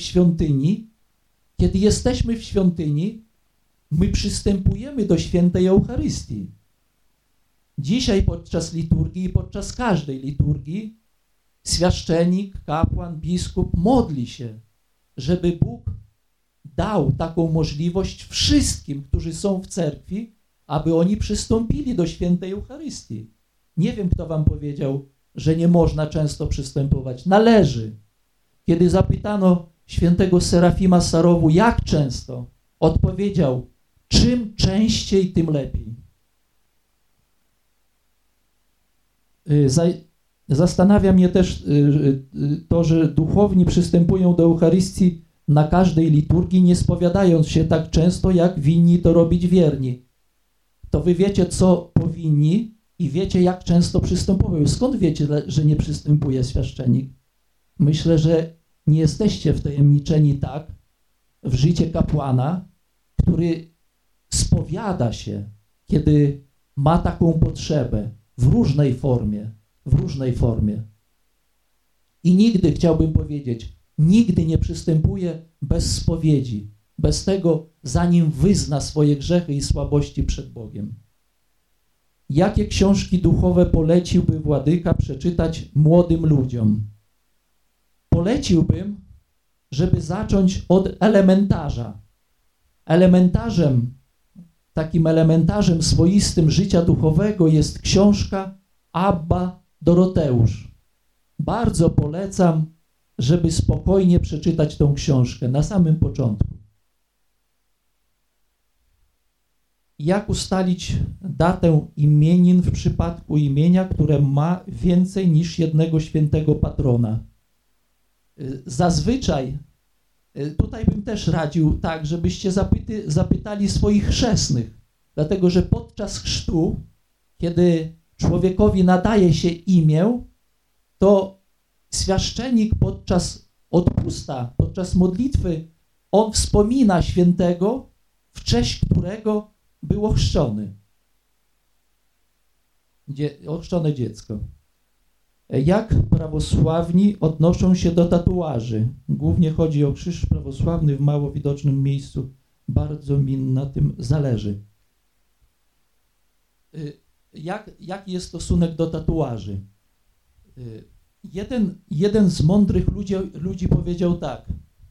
świątyni, my przystępujemy do świętej Eucharystii. Dzisiaj podczas liturgii i podczas każdej liturgii świaszczenik, kapłan, biskup modli się, żeby Bóg dał taką możliwość wszystkim, którzy są w cerkwi, aby oni przystąpili do świętej Eucharystii. Nie wiem, kto wam powiedział, że nie można często przystępować. Należy. Kiedy zapytano świętego Serafima Sarowu, jak często, odpowiedział, czym częściej, tym lepiej. Zastanawia mnie też to, że duchowni przystępują do Eucharystii na każdej liturgii, nie spowiadając się tak często, jak winni to robić wierni. To wy wiecie, co powinni i wiecie, jak często przystępują. Skąd wiecie, że nie przystępuje świaszczenik? Myślę, że nie jesteście wtajemniczeni tak w życie kapłana, który spowiada się, kiedy ma taką potrzebę w różnej formie. I nigdy, chciałbym powiedzieć, nigdy nie przystępuje bez spowiedzi, bez tego, zanim wyzna swoje grzechy i słabości przed Bogiem. Jakie książki duchowe poleciłby Władyka przeczytać młodym ludziom? Poleciłbym, żeby zacząć od elementarza. Takim elementarzem swoistym życia duchowego jest książka Abba Doroteusz. Bardzo polecam, żeby spokojnie przeczytać tą książkę na samym początku. Jak ustalić datę imienin w przypadku imienia, które ma więcej niż jednego świętego patrona? Zazwyczaj, tutaj bym też radził tak, żebyście zapytali swoich chrzestnych, dlatego że podczas chrztu, kiedy człowiekowi nadaje się imię, to świaszczenik podczas odpusta, podczas modlitwy, on wspomina świętego, w cześć którego było chrzczony. Ochrzczone dziecko. Jak prawosławni odnoszą się do tatuaży? Głównie chodzi o krzyż prawosławny w mało widocznym miejscu. Bardzo mi na tym zależy. Jaki jest stosunek do tatuaży? Jeden z mądrych ludzi powiedział tak.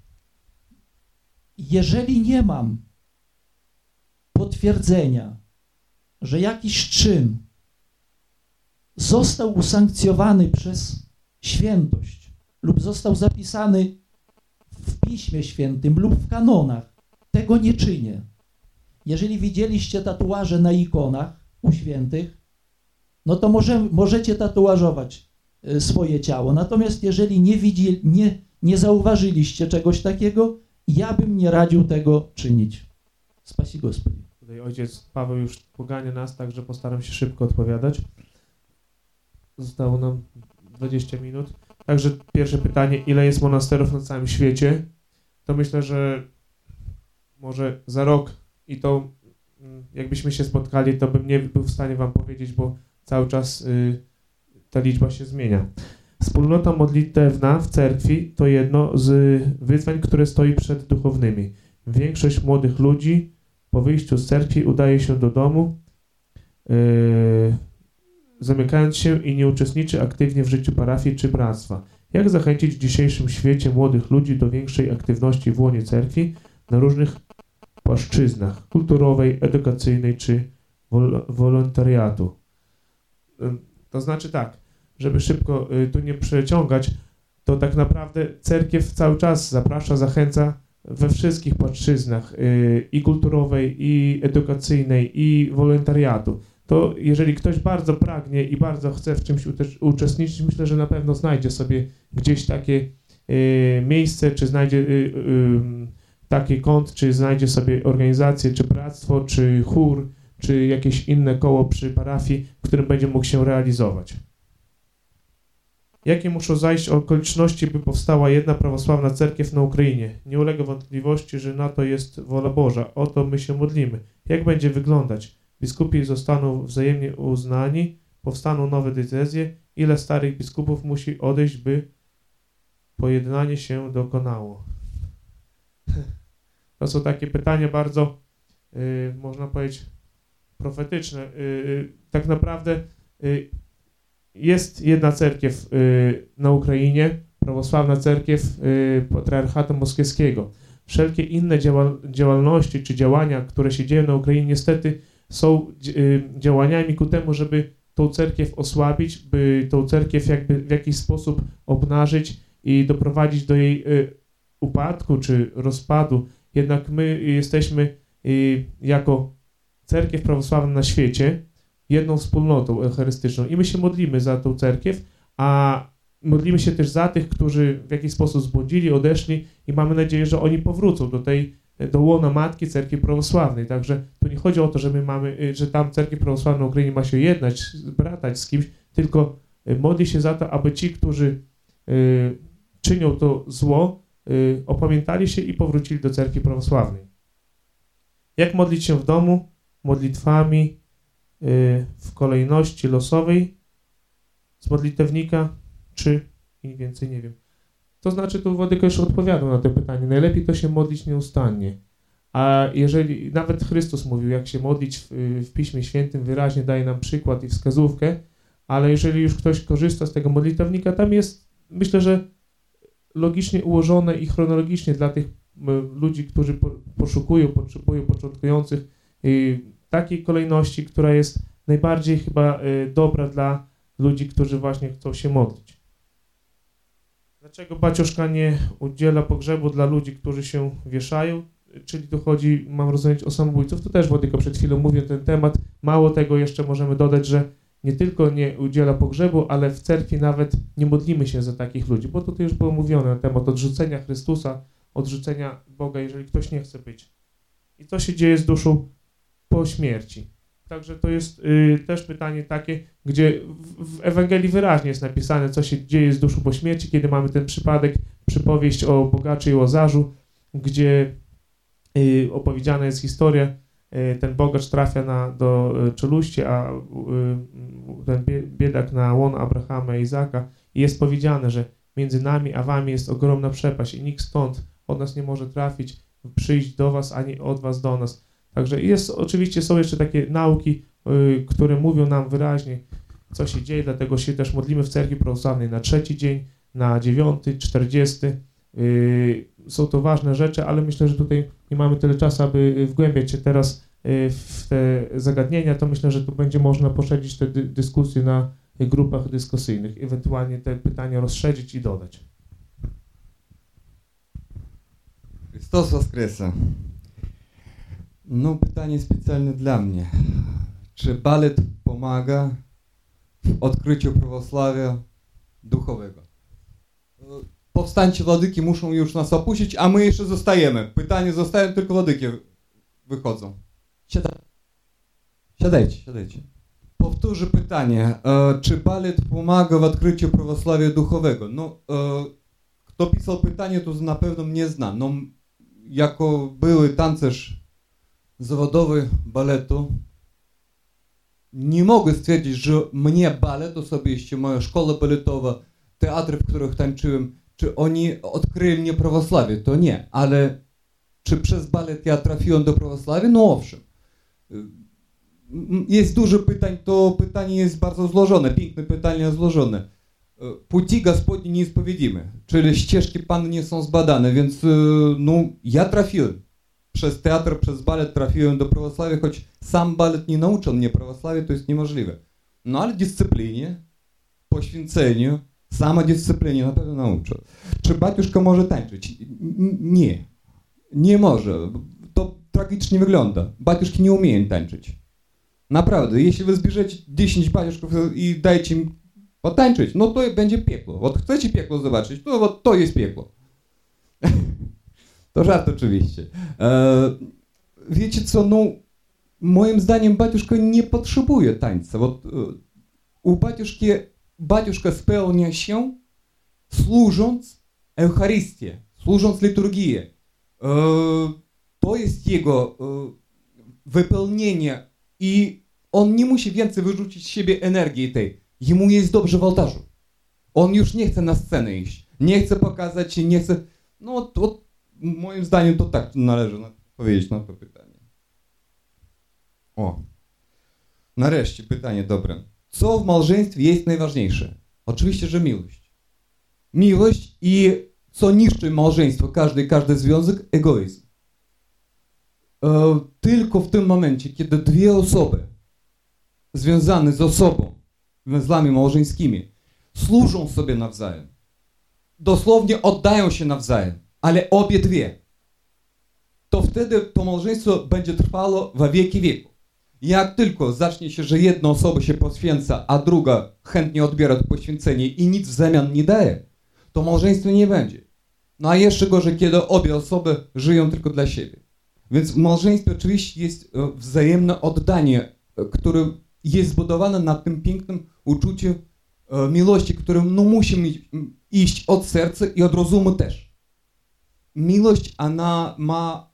Jeżeli nie mam potwierdzenia, że jakiś czyn został usankcjonowany przez świętość lub został zapisany w Piśmie Świętym lub w kanonach, tego nie czynię. Jeżeli widzieliście tatuaże na ikonach u świętych, no to możecie tatuażować swoje ciało. Natomiast jeżeli nie zauważyliście czegoś takiego, ja bym nie radził tego czynić. Spasi Gospodzie. Tutaj ojciec Paweł już pogania nas, także postaram się szybko odpowiadać. Zostało nam 20 minut. Także pierwsze pytanie, ile jest monasterów na całym świecie? To myślę, że może za rok i to jakbyśmy się spotkali, to bym nie był w stanie wam powiedzieć, bo cały czas ta liczba się zmienia. Wspólnota modlitewna w cerkwi to jedno z wyzwań, które stoi przed duchownymi. Większość młodych ludzi po wyjściu z cerkwi udaje się do domu, zamykając się i nie uczestniczy aktywnie w życiu parafii czy bractwa. Jak zachęcić w dzisiejszym świecie młodych ludzi do większej aktywności w łonie cerkwi na różnych płaszczyznach kulturowej, edukacyjnej czy wolontariatu? To znaczy tak, żeby szybko tu nie przeciągać, to tak naprawdę cerkiew cały czas zaprasza, zachęca we wszystkich płaszczyznach i kulturowej, i edukacyjnej, i wolontariatu. To jeżeli ktoś bardzo pragnie i bardzo chce w czymś uczestniczyć, myślę, że na pewno znajdzie sobie gdzieś takie miejsce, czy znajdzie taki kąt, czy znajdzie sobie organizację, czy bractwo, czy chór, czy jakieś inne koło przy parafii, w którym będzie mógł się realizować. Jakie muszą zajść okoliczności, by powstała jedna prawosławna cerkiew na Ukrainie? Nie ulega wątpliwości, że na to jest wola Boża. O to my się modlimy. Jak będzie wyglądać? Biskupi zostaną wzajemnie uznani, powstaną nowe diecezje. Ile starych biskupów musi odejść, by pojednanie się dokonało? To są takie pytania bardzo, można powiedzieć, profetyczne. Tak naprawdę jest jedna cerkiew na Ukrainie, prawosławna cerkiew Patriarchatu Moskiewskiego. Wszelkie inne działalności czy działania, które się dzieją na Ukrainie, niestety są działaniami ku temu, żeby tą cerkiew osłabić, by tą cerkiew jakby w jakiś sposób obnażyć i doprowadzić do jej upadku czy rozpadu. Jednak my jesteśmy jako cerkiew prawosławna na świecie jedną wspólnotą eucharystyczną i my się modlimy za tą cerkiew, a modlimy się też za tych, którzy w jakiś sposób zbłądzili, odeszli i mamy nadzieję, że oni powrócą do łona Matki Cerkwi Prawosławnej. Także tu nie chodzi o to, że tam Cerkiew Prawosławna na Ukrainie ma się jednać, bratać z kimś, tylko modli się za to, aby ci, którzy czynią to zło, opamiętali się i powrócili do Cerkwi Prawosławnej. Jak modlić się w domu? Modlitwami w kolejności losowej z modlitewnika, czy i więcej nie wiem. To znaczy, tu Władyka już odpowiadał na to pytanie. Najlepiej to się modlić nieustannie. A jeżeli nawet Chrystus mówił, jak się modlić w Piśmie Świętym, wyraźnie daje nam przykład i wskazówkę, ale jeżeli już ktoś korzysta z tego modlitewnika, tam jest, myślę, że logicznie ułożone i chronologicznie dla tych ludzi, którzy poszukują, potrzebują początkujących takiej kolejności, która jest najbardziej chyba dobra dla ludzi, którzy właśnie chcą się modlić. Dlaczego Baciuszka nie udziela pogrzebu dla ludzi, którzy się wieszają? Czyli tu chodzi, mam rozumieć, o samobójców. To też Władyka przed chwilą mówił na ten temat. Mało tego, jeszcze możemy dodać, że nie tylko nie udziela pogrzebu, ale w cerkwi nawet nie modlimy się za takich ludzi, bo tutaj już było mówione na temat odrzucenia Chrystusa, odrzucenia Boga, jeżeli ktoś nie chce być. I co się dzieje z duszą po śmierci? Także to jest też pytanie takie, gdzie w Ewangelii wyraźnie jest napisane, co się dzieje z duszą po śmierci, kiedy mamy ten przypadek, przypowieść o bogaczu i Łazarzu, gdzie opowiedziana jest historia, ten bogacz trafia do czeluści, a ten biedak na łon Abrahama i Izaka i jest powiedziane, że między nami a wami jest ogromna przepaść i nikt stąd od nas nie może trafić, przyjść do was, ani od was do nas. Także oczywiście są jeszcze takie nauki, które mówią nam wyraźnie, co się dzieje, dlatego się też modlimy w Cerkwi Prawosławnej na 3. dzień, na 9., 40. Są to ważne rzeczy, ale myślę, że tutaj nie mamy tyle czasu, aby wgłębiać się teraz w te zagadnienia, to myślę, że tu będzie można poszerzyć te dyskusje na grupach dyskusyjnych, ewentualnie te pytania rozszerzyć i dodać. Chrystus Воскресе! No, pytanie specjalne dla mnie. Czy balet pomaga w odkryciu prawosławia duchowego? Powstańcy Władyki muszą już nas opuścić, a my jeszcze zostajemy. Pytanie zostają, tylko Władyki wychodzą. Siadajcie. Powtórzę pytanie. Czy balet pomaga w odkryciu prawosławia duchowego? No, kto pisał pytanie, to na pewno mnie zna. No, jako były tancerz zawodowy baletu, nie mogę stwierdzić, że mnie balet, osobiście moja szkoła baletowa, teatry, w których tańczyłem, czy oni odkryli mnie prawosławie, to nie. Ale czy przez balet ja trafiłem do prawosławia? No owszem. jest dużo pytań, to pytanie jest bardzo złożone, piękne pytanie złożone. Пути Господни неисповедимы, czyli ścieżki Pana nie są zbadane, więc no, ja trafiłem. Przez teatr, przez balet trafiłem do prawosławia, choć sam balet nie nauczył mnie prawosławie, to jest niemożliwe. No ale dyscyplinie, poświęceniu, sama dyscyplinie na pewno nauczył. Czy baciuszka może tańczyć? Nie. Nie może. To tragicznie wygląda. Baciuszki nie umieją tańczyć. Naprawdę, jeśli wy zbierzecie 10 baciuszków i dajcie im potańczyć, no to będzie piekło. Вот chcecie piekło zobaczyć, to вот to jest piekło. To żart oczywiście. Wiecie co, no moim zdaniem baciuszka nie potrzebuje tańca. Вот, u baciuszki baciuszka spełnia się służąc Eucharystię, służąc liturgię. To jest jego wypełnienie i on nie musi więcej wyrzucić z siebie energii tej. Jemu jest dobrze w ołtarzu. On już nie chce na scenę iść. Nie chce pokazać się, nie chce... No to moim zdaniem to tak należy powiedzieć na to pytanie. O. Nareszcie pytanie dobre. Co w małżeństwie jest najważniejsze? Oczywiście, że miłość. Miłość i co niszczy małżeństwo, każdy związek, egoizm. Tylko w tym momencie, kiedy dwie osoby związane ze sobą, węzłami małżeńskimi, służą sobie nawzajem, dosłownie oddają się nawzajem, ale obie dwie, to wtedy to małżeństwo będzie trwało w wieki wieku. Jak tylko zacznie się, że jedna osoba się poświęca, a druga chętnie odbiera to poświęcenie i nic w zamian nie daje, to małżeństwo nie będzie. No a jeszcze gorzej, kiedy obie osoby żyją tylko dla siebie. Więc w małżeństwie oczywiście jest wzajemne oddanie, które jest zbudowane na tym pięknym uczuciu miłości, którym no, musimy iść od serca i od rozumu też. Miłość, ona ma...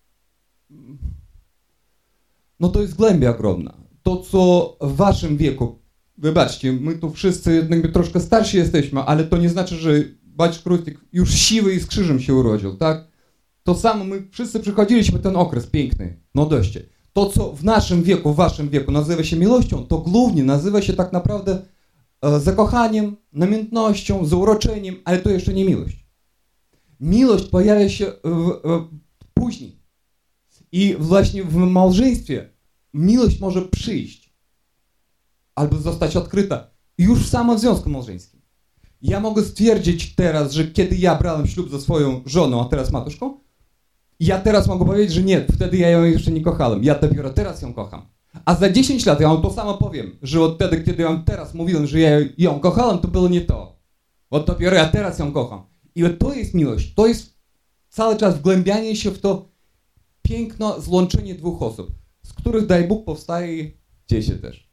No to jest głębia ogromna. To, co w waszym wieku, wybaczcie, my tu wszyscy jakby troszkę starsi jesteśmy, ale to nie znaczy, że Baćko Rustik już siwy i z krzyżem się urodził, tak? To samo, my wszyscy przechodziliśmy ten okres piękny, młodości. To, co w naszym wieku, w waszym wieku nazywa się miłością, to głównie nazywa się tak naprawdę zakochaniem, namiętnością, zauroczeniem, ale to jeszcze nie miłość. Miłość pojawia się później. I właśnie w małżeństwie miłość może przyjść albo zostać odkryta już w samym związku małżeńskim. Ja mogę stwierdzić teraz, że kiedy ja brałem ślub ze swoją żoną, a teraz matuszką, ja teraz mogę powiedzieć, że nie, wtedy ja ją jeszcze nie kochałem. Ja dopiero teraz ją kocham. A za 10 lat ja wam to samo powiem, że od wtedy, kiedy ja wam teraz mówiłem, że ja ją kochałem, to było nie to. Od dopiero ja teraz ją kocham. I to jest miłość. To jest cały czas wgłębianie się w to piękne złączenie dwóch osób, z których, daj Bóg, powstaje dzieci też.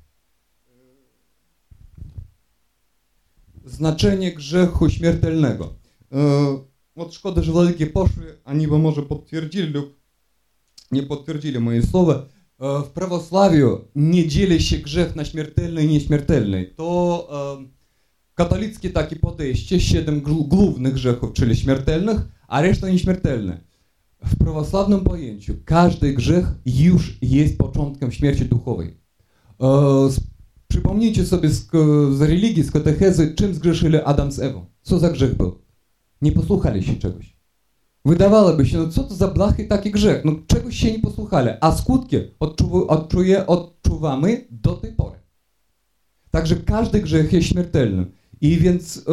Znaczenie grzechu śmiertelnego. Вот szkoda, że wielkie poszły, oni by może potwierdzili lub nie potwierdzili moje słowa. W prawosławiu nie dzieli się grzech na śmiertelny i nieśmiertelny. To katolickie takie podejście, 7 głównych grzechów, czyli śmiertelnych, a reszta nieśmiertelne. W prawosławnym pojęciu każdy grzech już jest początkiem śmierci duchowej. Przypomnijcie sobie z religii, z katechezy, czym zgrzeszyli Adam z Ewą. Co za grzech był? Nie posłuchali się czegoś. Wydawałoby się, no co to za blachy taki grzech? No czegoś się nie posłuchali, a skutki odczuwamy do tej pory. Także każdy grzech jest śmiertelny. I więc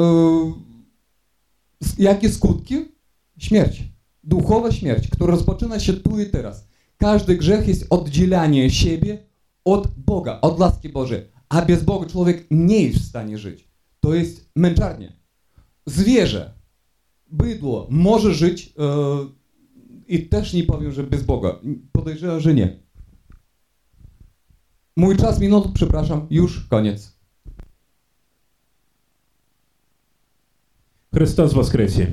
jakie skutki? Śmierć. Duchowa śmierć, która rozpoczyna się tu i teraz. Każdy grzech jest oddzielanie siebie od Boga, od łaski Bożej. A bez Boga człowiek nie jest w stanie żyć. To jest męczarnia. Zwierzę, bydło może żyć i też nie powiem, że bez Boga. Podejrzewam, że nie. Mój czas minął, przepraszam, już koniec. Chrystus woskresie.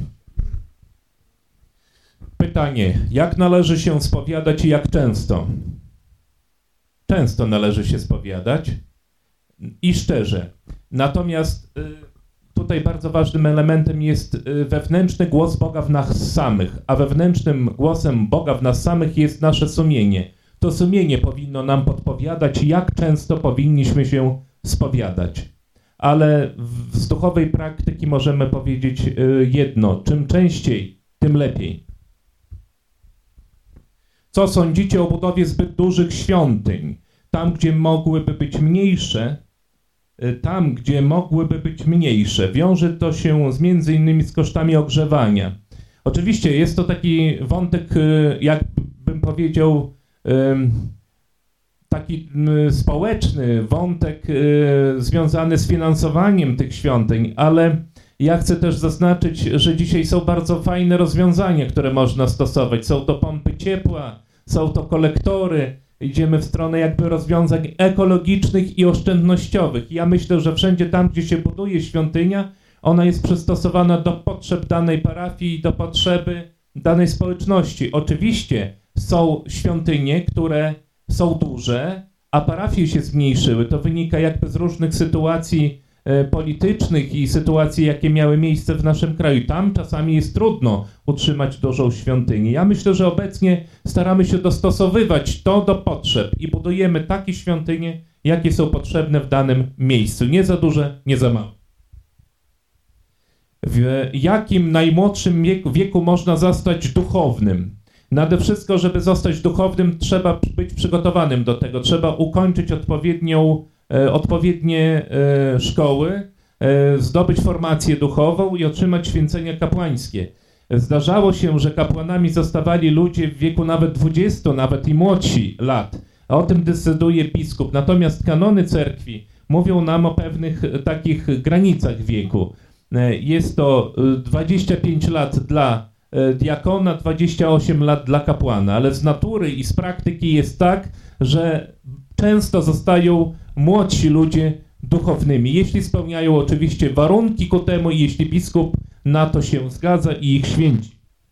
Pytanie, jak należy się spowiadać i jak często? Często należy się spowiadać i szczerze. Natomiast tutaj bardzo ważnym elementem jest wewnętrzny głos Boga w nas samych, a wewnętrznym głosem Boga w nas samych jest nasze sumienie. To sumienie powinno nam podpowiadać, jak często powinniśmy się spowiadać. Ale z duchowej praktyki możemy powiedzieć jedno: czym częściej, tym lepiej. Co sądzicie o budowie zbyt dużych świątyń? Tam, gdzie mogłyby być mniejsze. Wiąże to się między innymi z kosztami ogrzewania. Oczywiście jest to taki wątek, jakbym powiedział, taki społeczny wątek związany z finansowaniem tych świątyń, ale ja chcę też zaznaczyć, że dzisiaj są bardzo fajne rozwiązania, które można stosować. Są to pompy ciepła, są to kolektory. Idziemy w stronę jakby rozwiązań ekologicznych i oszczędnościowych. Ja myślę, że wszędzie tam, gdzie się buduje świątynia, ona jest przystosowana do potrzeb danej parafii i do potrzeby danej społeczności. Oczywiście są świątynie, które są duże, a parafie się zmniejszyły. To wynika jakby z różnych sytuacji politycznych i sytuacji, jakie miały miejsce w naszym kraju. Tam czasami jest trudno utrzymać dużą świątynię. Ja myślę, że obecnie staramy się dostosowywać to do potrzeb i budujemy takie świątynie, jakie są potrzebne w danym miejscu. Nie za duże, nie za małe. W jakim najmłodszym wieku można zostać duchownym? Nade wszystko, żeby zostać duchownym, trzeba być przygotowanym do tego. Trzeba ukończyć odpowiednie szkoły, zdobyć formację duchową i otrzymać święcenia kapłańskie. Zdarzało się, że kapłanami zostawali ludzie w wieku nawet 20, nawet i młodsi lat. A o tym decyduje biskup. Natomiast kanony cerkwi mówią nam o pewnych takich granicach wieku. Jest to 25 lat dla diakona, 28 lat dla kapłana, ale z natury i z praktyki jest tak, że często zostają młodsi ludzie duchownymi, jeśli spełniają oczywiście warunki ku temu i jeśli biskup na to się zgadza i ich święci.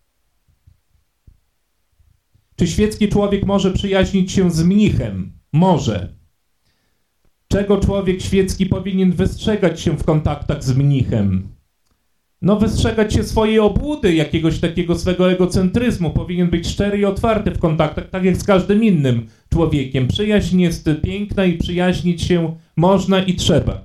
Czy świecki człowiek może przyjaźnić się z mnichem? Może. Czego człowiek świecki powinien wystrzegać się w kontaktach z mnichem? No, wystrzegać się swojej obłudy, jakiegoś takiego swego egocentryzmu. Powinien być szczery i otwarty w kontaktach, tak jak z każdym innym człowiekiem. Przyjaźń jest piękna i przyjaźnić się można i trzeba.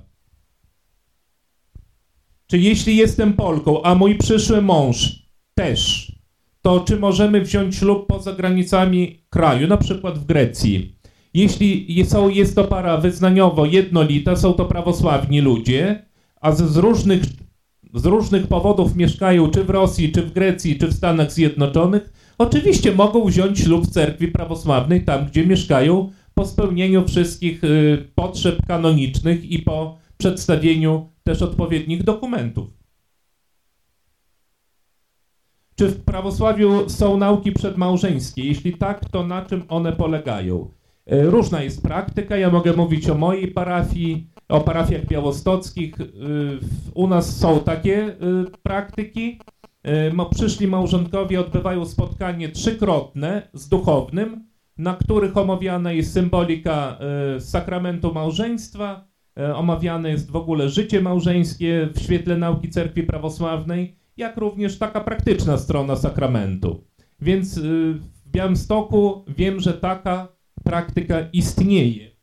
Czy jeśli jestem Polką, a mój przyszły mąż też, to czy możemy wziąć ślub poza granicami kraju, na przykład w Grecji? Jeśli jest to para wyznaniowo jednolita, są to prawosławni ludzie, a z różnych powodów mieszkają czy w Rosji, czy w Grecji, czy w Stanach Zjednoczonych, oczywiście mogą wziąć ślub w cerkwi prawosławnej tam, gdzie mieszkają, po spełnieniu wszystkich potrzeb kanonicznych i po przedstawieniu też odpowiednich dokumentów. Czy w prawosławiu są nauki przedmałżeńskie? Jeśli tak, to na czym one polegają? Różna jest praktyka. Ja mogę mówić o mojej parafii, o parafiach białostockich. U nas są takie praktyki. Przyszli małżonkowie odbywają spotkanie trzykrotne z duchownym, na których omawiana jest symbolika sakramentu małżeństwa, omawiane jest w ogóle życie małżeńskie w świetle nauki cerkwi prawosławnej, jak również taka praktyczna strona sakramentu. Więc w Białymstoku wiem, że taka praktyka istnieje.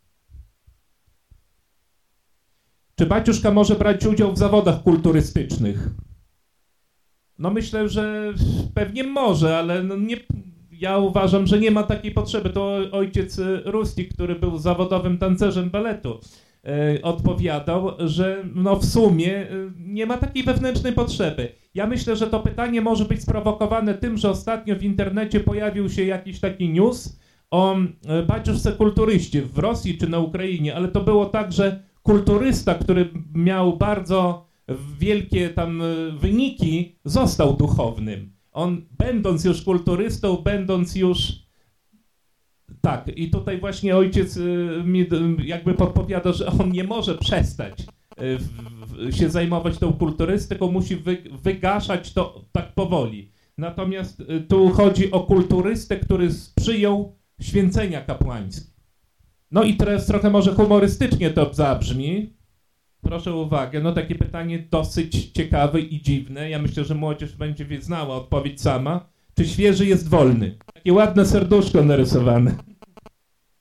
Czy baciuszka może brać udział w zawodach kulturystycznych? No myślę, że pewnie może, ale no nie, ja uważam, że nie ma takiej potrzeby. To ojciec Rustik, który był zawodowym tancerzem baletu, odpowiadał, że no w sumie nie ma takiej wewnętrznej potrzeby. Ja myślę, że to pytanie może być sprowokowane tym, że ostatnio w internecie pojawił się jakiś taki news o baciuszce kulturyście w Rosji czy na Ukrainie, ale to było tak, że kulturysta, który miał bardzo wielkie tam wyniki, został duchownym. On, będąc już kulturystą, będąc już... Tak, i tutaj właśnie ojciec mi jakby podpowiada, że on nie może przestać się zajmować tą kulturystyką, musi wygaszać to tak powoli. Natomiast tu chodzi o kulturystę, który przyjął święcenia kapłańskie. No i teraz trochę może humorystycznie to zabrzmi. Proszę o uwagę, no takie pytanie dosyć ciekawe i dziwne. Ja myślę, że młodzież będzie znała odpowiedź sama. Czy świeży jest wolny? Takie ładne serduszko narysowane.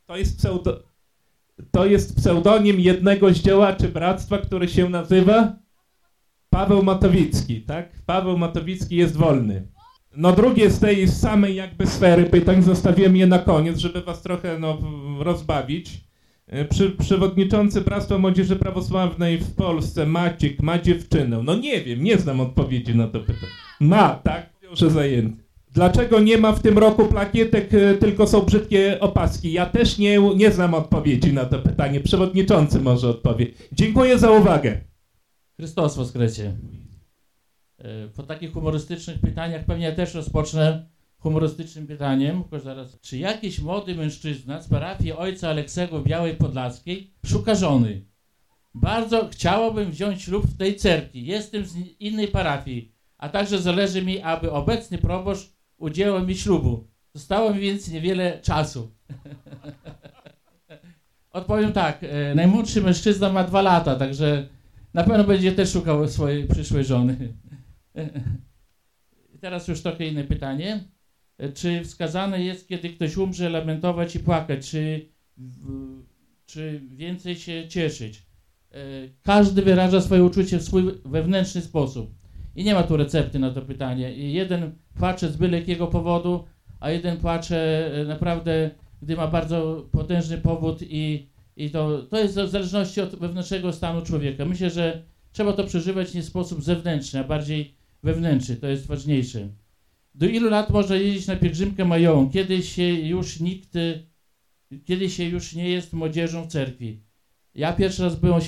To jest pseudonim jednego z działaczy bractwa, który się nazywa Paweł Matowicki, tak? Paweł Matowicki jest wolny. No drugie z tej samej jakby sfery pytań, zostawiłem je na koniec, żeby was trochę rozbawić. Przewodniczący Bractwa Młodzieży Prawosławnej w Polsce, Maciek, ma dziewczynę. No nie wiem, nie znam odpowiedzi na to pytanie. Ma, tak? Mówią, że zajęty. Dlaczego nie ma w tym roku plakietek, tylko są brzydkie opaski? Ja też nie znam odpowiedzi na to pytanie. Przewodniczący może odpowie. Dziękuję za uwagę. Chrystus woskrecie. Po takich humorystycznych pytaniach pewnie ja też rozpocznę humorystycznym pytaniem. Zaraz. Czy jakiś młody mężczyzna z parafii ojca Aleksego w Białej Podlaskiej szuka żony? Bardzo chciałabym wziąć ślub w tej cerkwi. Jestem z innej parafii, a także zależy mi, aby obecny proboszcz udzielał mi ślubu. Zostało mi więc niewiele czasu. Odpowiem tak, najmłodszy mężczyzna ma 2 lata, także na pewno będzie też szukał swojej przyszłej żony. Teraz już trochę inne pytanie. Czy wskazane jest, kiedy ktoś umrze, lamentować i płakać, czy więcej się cieszyć? Każdy wyraża swoje uczucie w swój wewnętrzny sposób. I nie ma tu recepty na to pytanie. Jeden płacze z byle jakiego powodu, a jeden płacze naprawdę, gdy ma bardzo potężny powód i to jest w zależności od wewnętrznego stanu człowieka. Myślę, że trzeba to przeżywać nie w sposób zewnętrzny, a bardziej wewnętrzny. To jest ważniejsze. Do ilu lat można jeździć na pielgrzymkę majową, kiedy się już nie jest młodzieżą w cerkwi? Ja pierwszy raz byłem w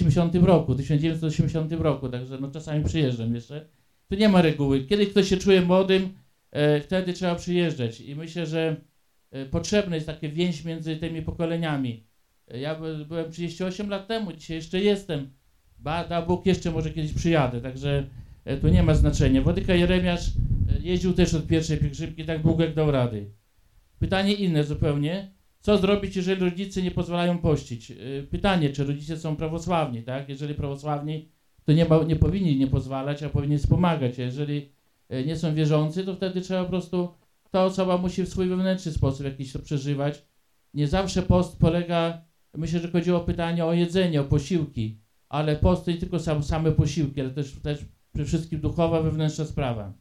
1980 roku, także no czasami przyjeżdżam jeszcze. Tu nie ma reguły. Kiedy ktoś się czuje młodym, wtedy trzeba przyjeżdżać. I myślę, że potrzebna jest taka więź między tymi pokoleniami. Ja byłem 38 lat temu, dzisiaj jeszcze jestem. Da Bóg, jeszcze może kiedyś przyjadę, także tu nie ma znaczenia. Włodyka Jeremiasz jeździł też od pierwszej pielgrzymki tak długo, jak dał rady. Pytanie inne zupełnie. Co zrobić, jeżeli rodzice nie pozwalają pościć? Pytanie, czy rodzice są prawosławni, tak? Jeżeli prawosławni, to nie powinni nie pozwalać, a powinni wspomagać. A jeżeli nie są wierzący, to wtedy trzeba po prostu, ta osoba musi w swój wewnętrzny sposób jakiś to przeżywać. Nie zawsze post polega, myślę, że chodziło o pytanie o jedzenie, o posiłki, ale post to nie tylko same posiłki, ale też przede wszystkim duchowa, wewnętrzna sprawa.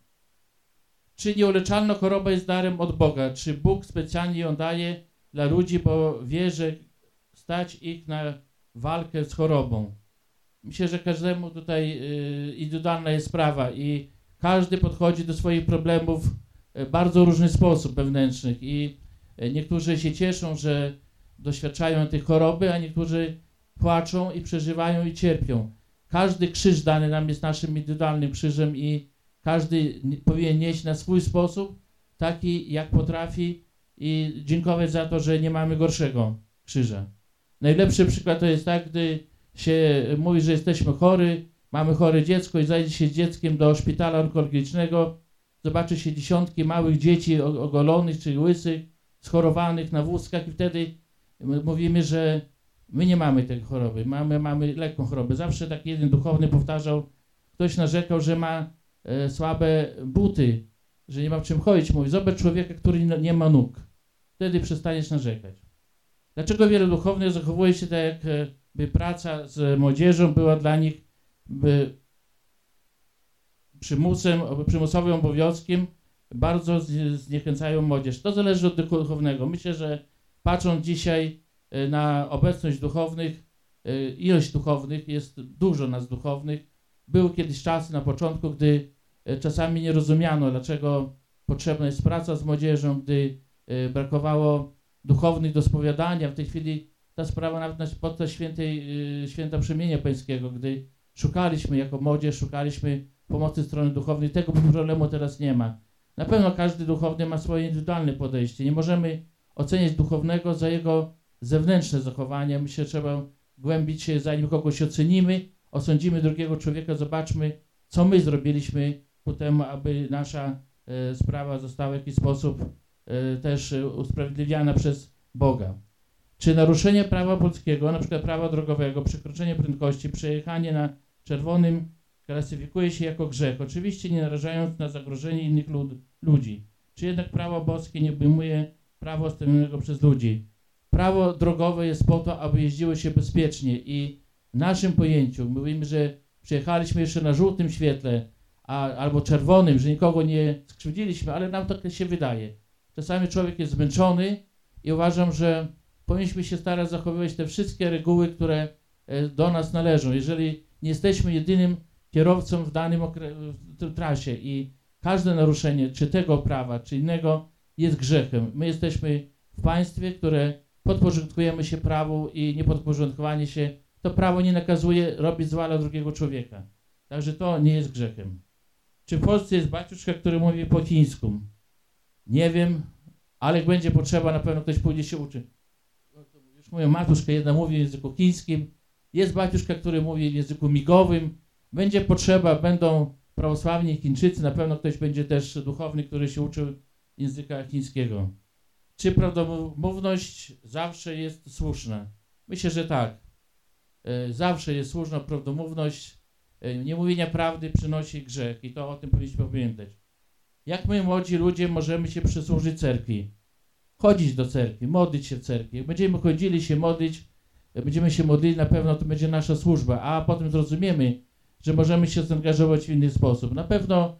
Czy nieuleczalna choroba jest darem od Boga? Czy Bóg specjalnie ją daje dla ludzi, bo wie, że stać ich na walkę z chorobą? Myślę, że każdemu tutaj indywidualna jest sprawa i każdy podchodzi do swoich problemów w bardzo różny sposób wewnętrznych i niektórzy się cieszą, że doświadczają tej choroby, a niektórzy płaczą i przeżywają i cierpią. Każdy krzyż dany nam jest naszym indywidualnym krzyżem i każdy powinien nieść na swój sposób, taki jak potrafi i dziękować za to, że nie mamy gorszego krzyża. Najlepszy przykład to jest tak, gdy się mówi, że jesteśmy chory, mamy chore dziecko i zajdzie się z dzieckiem do szpitala onkologicznego, zobaczy się dziesiątki małych dzieci ogolonych czy łysych, schorowanych na wózkach i wtedy mówimy, że my nie mamy tej choroby, mamy lekką chorobę. Zawsze taki jeden duchowny powtarzał, ktoś narzekał, że ma słabe buty, że nie ma w czym chodzić. Mówi, zobacz człowieka, który nie ma nóg. Wtedy przestaniesz narzekać. Dlaczego wielu duchownych zachowuje się tak, jakby praca z młodzieżą była dla nich przymusowym obowiązkiem, bardzo zniechęcają młodzież. To zależy od duchownego. Myślę, że patrząc dzisiaj na obecność duchownych, ilość duchownych, jest dużo nas duchownych. Były kiedyś czasy na początku, gdy czasami nie rozumiano, dlaczego potrzebna jest praca z młodzieżą, gdy brakowało duchownych do spowiadania. W tej chwili ta sprawa nawet podczas święta Przemienia Pańskiego, gdy szukaliśmy jako młodzież, szukaliśmy pomocy strony duchownej, tego problemu teraz nie ma. Na pewno każdy duchowny ma swoje indywidualne podejście. Nie możemy oceniać duchownego za jego zewnętrzne zachowania. Myślę, że trzeba głębić się, zanim kogoś ocenimy, osądzimy drugiego człowieka, zobaczmy, co my zrobiliśmy ku temu, aby nasza sprawa została w jakiś sposób też usprawiedliwiana przez Boga. Czy naruszenie prawa polskiego, na przykład prawa drogowego, przekroczenie prędkości, przejechanie na czerwonym klasyfikuje się jako grzech, oczywiście nie narażając na zagrożenie innych ludzi. Czy jednak prawo boskie nie obejmuje prawa ustawionego przez ludzi? prawo drogowe jest po to, aby jeździło się bezpiecznie i w naszym pojęciu mówimy, że przyjechaliśmy jeszcze na żółtym świetle albo czerwonym, że nikogo nie skrzywdziliśmy, ale nam tak się wydaje. Czasami człowiek jest zmęczony i uważam, że powinniśmy się starać zachowywać te wszystkie reguły, które do nas należą. Jeżeli nie jesteśmy jedynym kierowcą w danym trasie i każde naruszenie, czy tego prawa, czy innego, jest grzechem. My jesteśmy w państwie, które podporządkujemy się prawu i niepodporządkowanie się, to prawo nie nakazuje robić zła dla drugiego człowieka. Także to nie jest grzechem. Czy w Polsce jest baciuszka, który mówi po chińsku? Nie wiem, ale jak będzie potrzeba, na pewno ktoś pójdzie się uczy. Już mówię, matuszka jedna mówi w języku chińskim, jest baciuszka, który mówi w języku migowym, będzie potrzeba, będą prawosławni Chińczycy, na pewno ktoś będzie też duchowny, który się uczył języka chińskiego. Czy prawdomówność zawsze jest słuszna? Myślę, że tak. Zawsze jest słuszna prawdomówność. Niemówienia prawdy przynosi grzech i to o tym powinniśmy pamiętać. Jak my, młodzi ludzie, możemy się przysłużyć cerkwi? Chodzić do cerkwi, modlić się w cerkwi. Jak będziemy chodzili się modlić, będziemy się modlili, na pewno to będzie nasza służba, a potem zrozumiemy, że możemy się zaangażować w inny sposób. Na pewno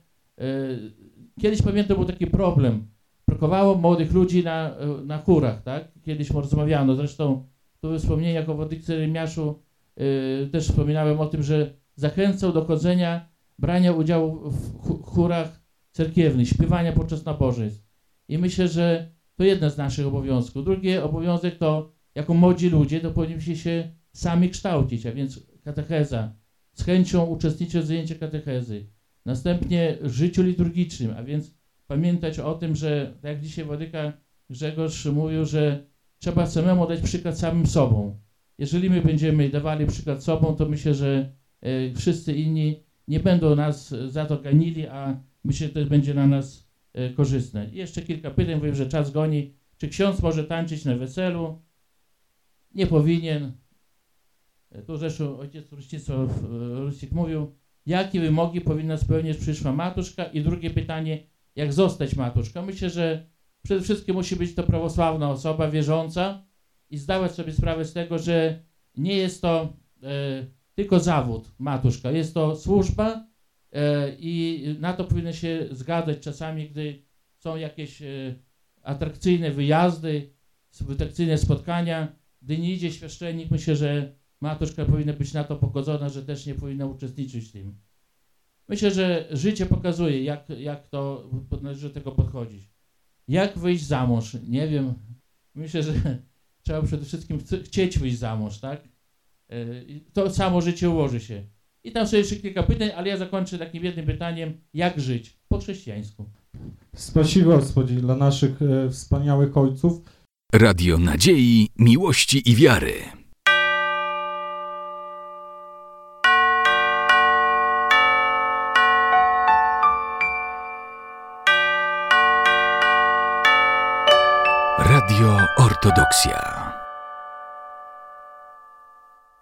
kiedyś pamiętam, był taki problem. Brakowało młodych ludzi na chórach, tak? Kiedyś rozmawiano, zresztą tu wspomnienia o Władysku Jeremiaszu też wspominałem o tym, że zachęcał do chodzenia, brania udziału w chórach cerkiewnych, śpiewania podczas nabożeństw. I myślę, że to jeden z naszych obowiązków. Drugi obowiązek to, jako młodzi ludzie, to powinniśmy się sami kształcić, a więc katecheza, z chęcią uczestniczyć w zajęciach katechezy. Następnie w życiu liturgicznym, a więc pamiętać o tym, że tak jak dzisiaj Władyka Grzegorz mówił, że trzeba samemu dać przykład samym sobą. Jeżeli my będziemy dawali przykład sobą, to myślę, że wszyscy inni nie będą nas za to ganili, a myślę, że to będzie dla nas korzystne. I jeszcze kilka pytań, wiem, że czas goni. Czy ksiądz może tańczyć na weselu? Nie powinien. Tu zresztą ojciec Ruścicław Rusik mówił, jakie wymogi powinna spełniać przyszła matuszka? I drugie pytanie, jak zostać matuszką? Myślę, że przede wszystkim musi być to prawosławna osoba, wierząca i zdawać sobie sprawę z tego, że nie jest to tylko zawód matuszka, jest to służba i na to powinno się zgadzać czasami, gdy są jakieś atrakcyjne wyjazdy, atrakcyjne spotkania, gdy nie idzie świeszczenik, myślę, że matuszka powinna być na to pogodzona, że też nie powinna uczestniczyć w tym. Myślę, że życie pokazuje, jak to należy do tego podchodzić. Jak wyjść za mąż? Nie wiem. Myślę, że trzeba przede wszystkim chcieć wyjść za mąż, tak? To samo życie ułoży się. I tam są jeszcze kilka pytań, ale ja zakończę takim jednym pytaniem. Jak żyć po chrześcijańsku? Spasibo, Господи, dla naszych wspaniałych ojców. Radio Nadziei, Miłości i Wiary. Radio Ortodoksja.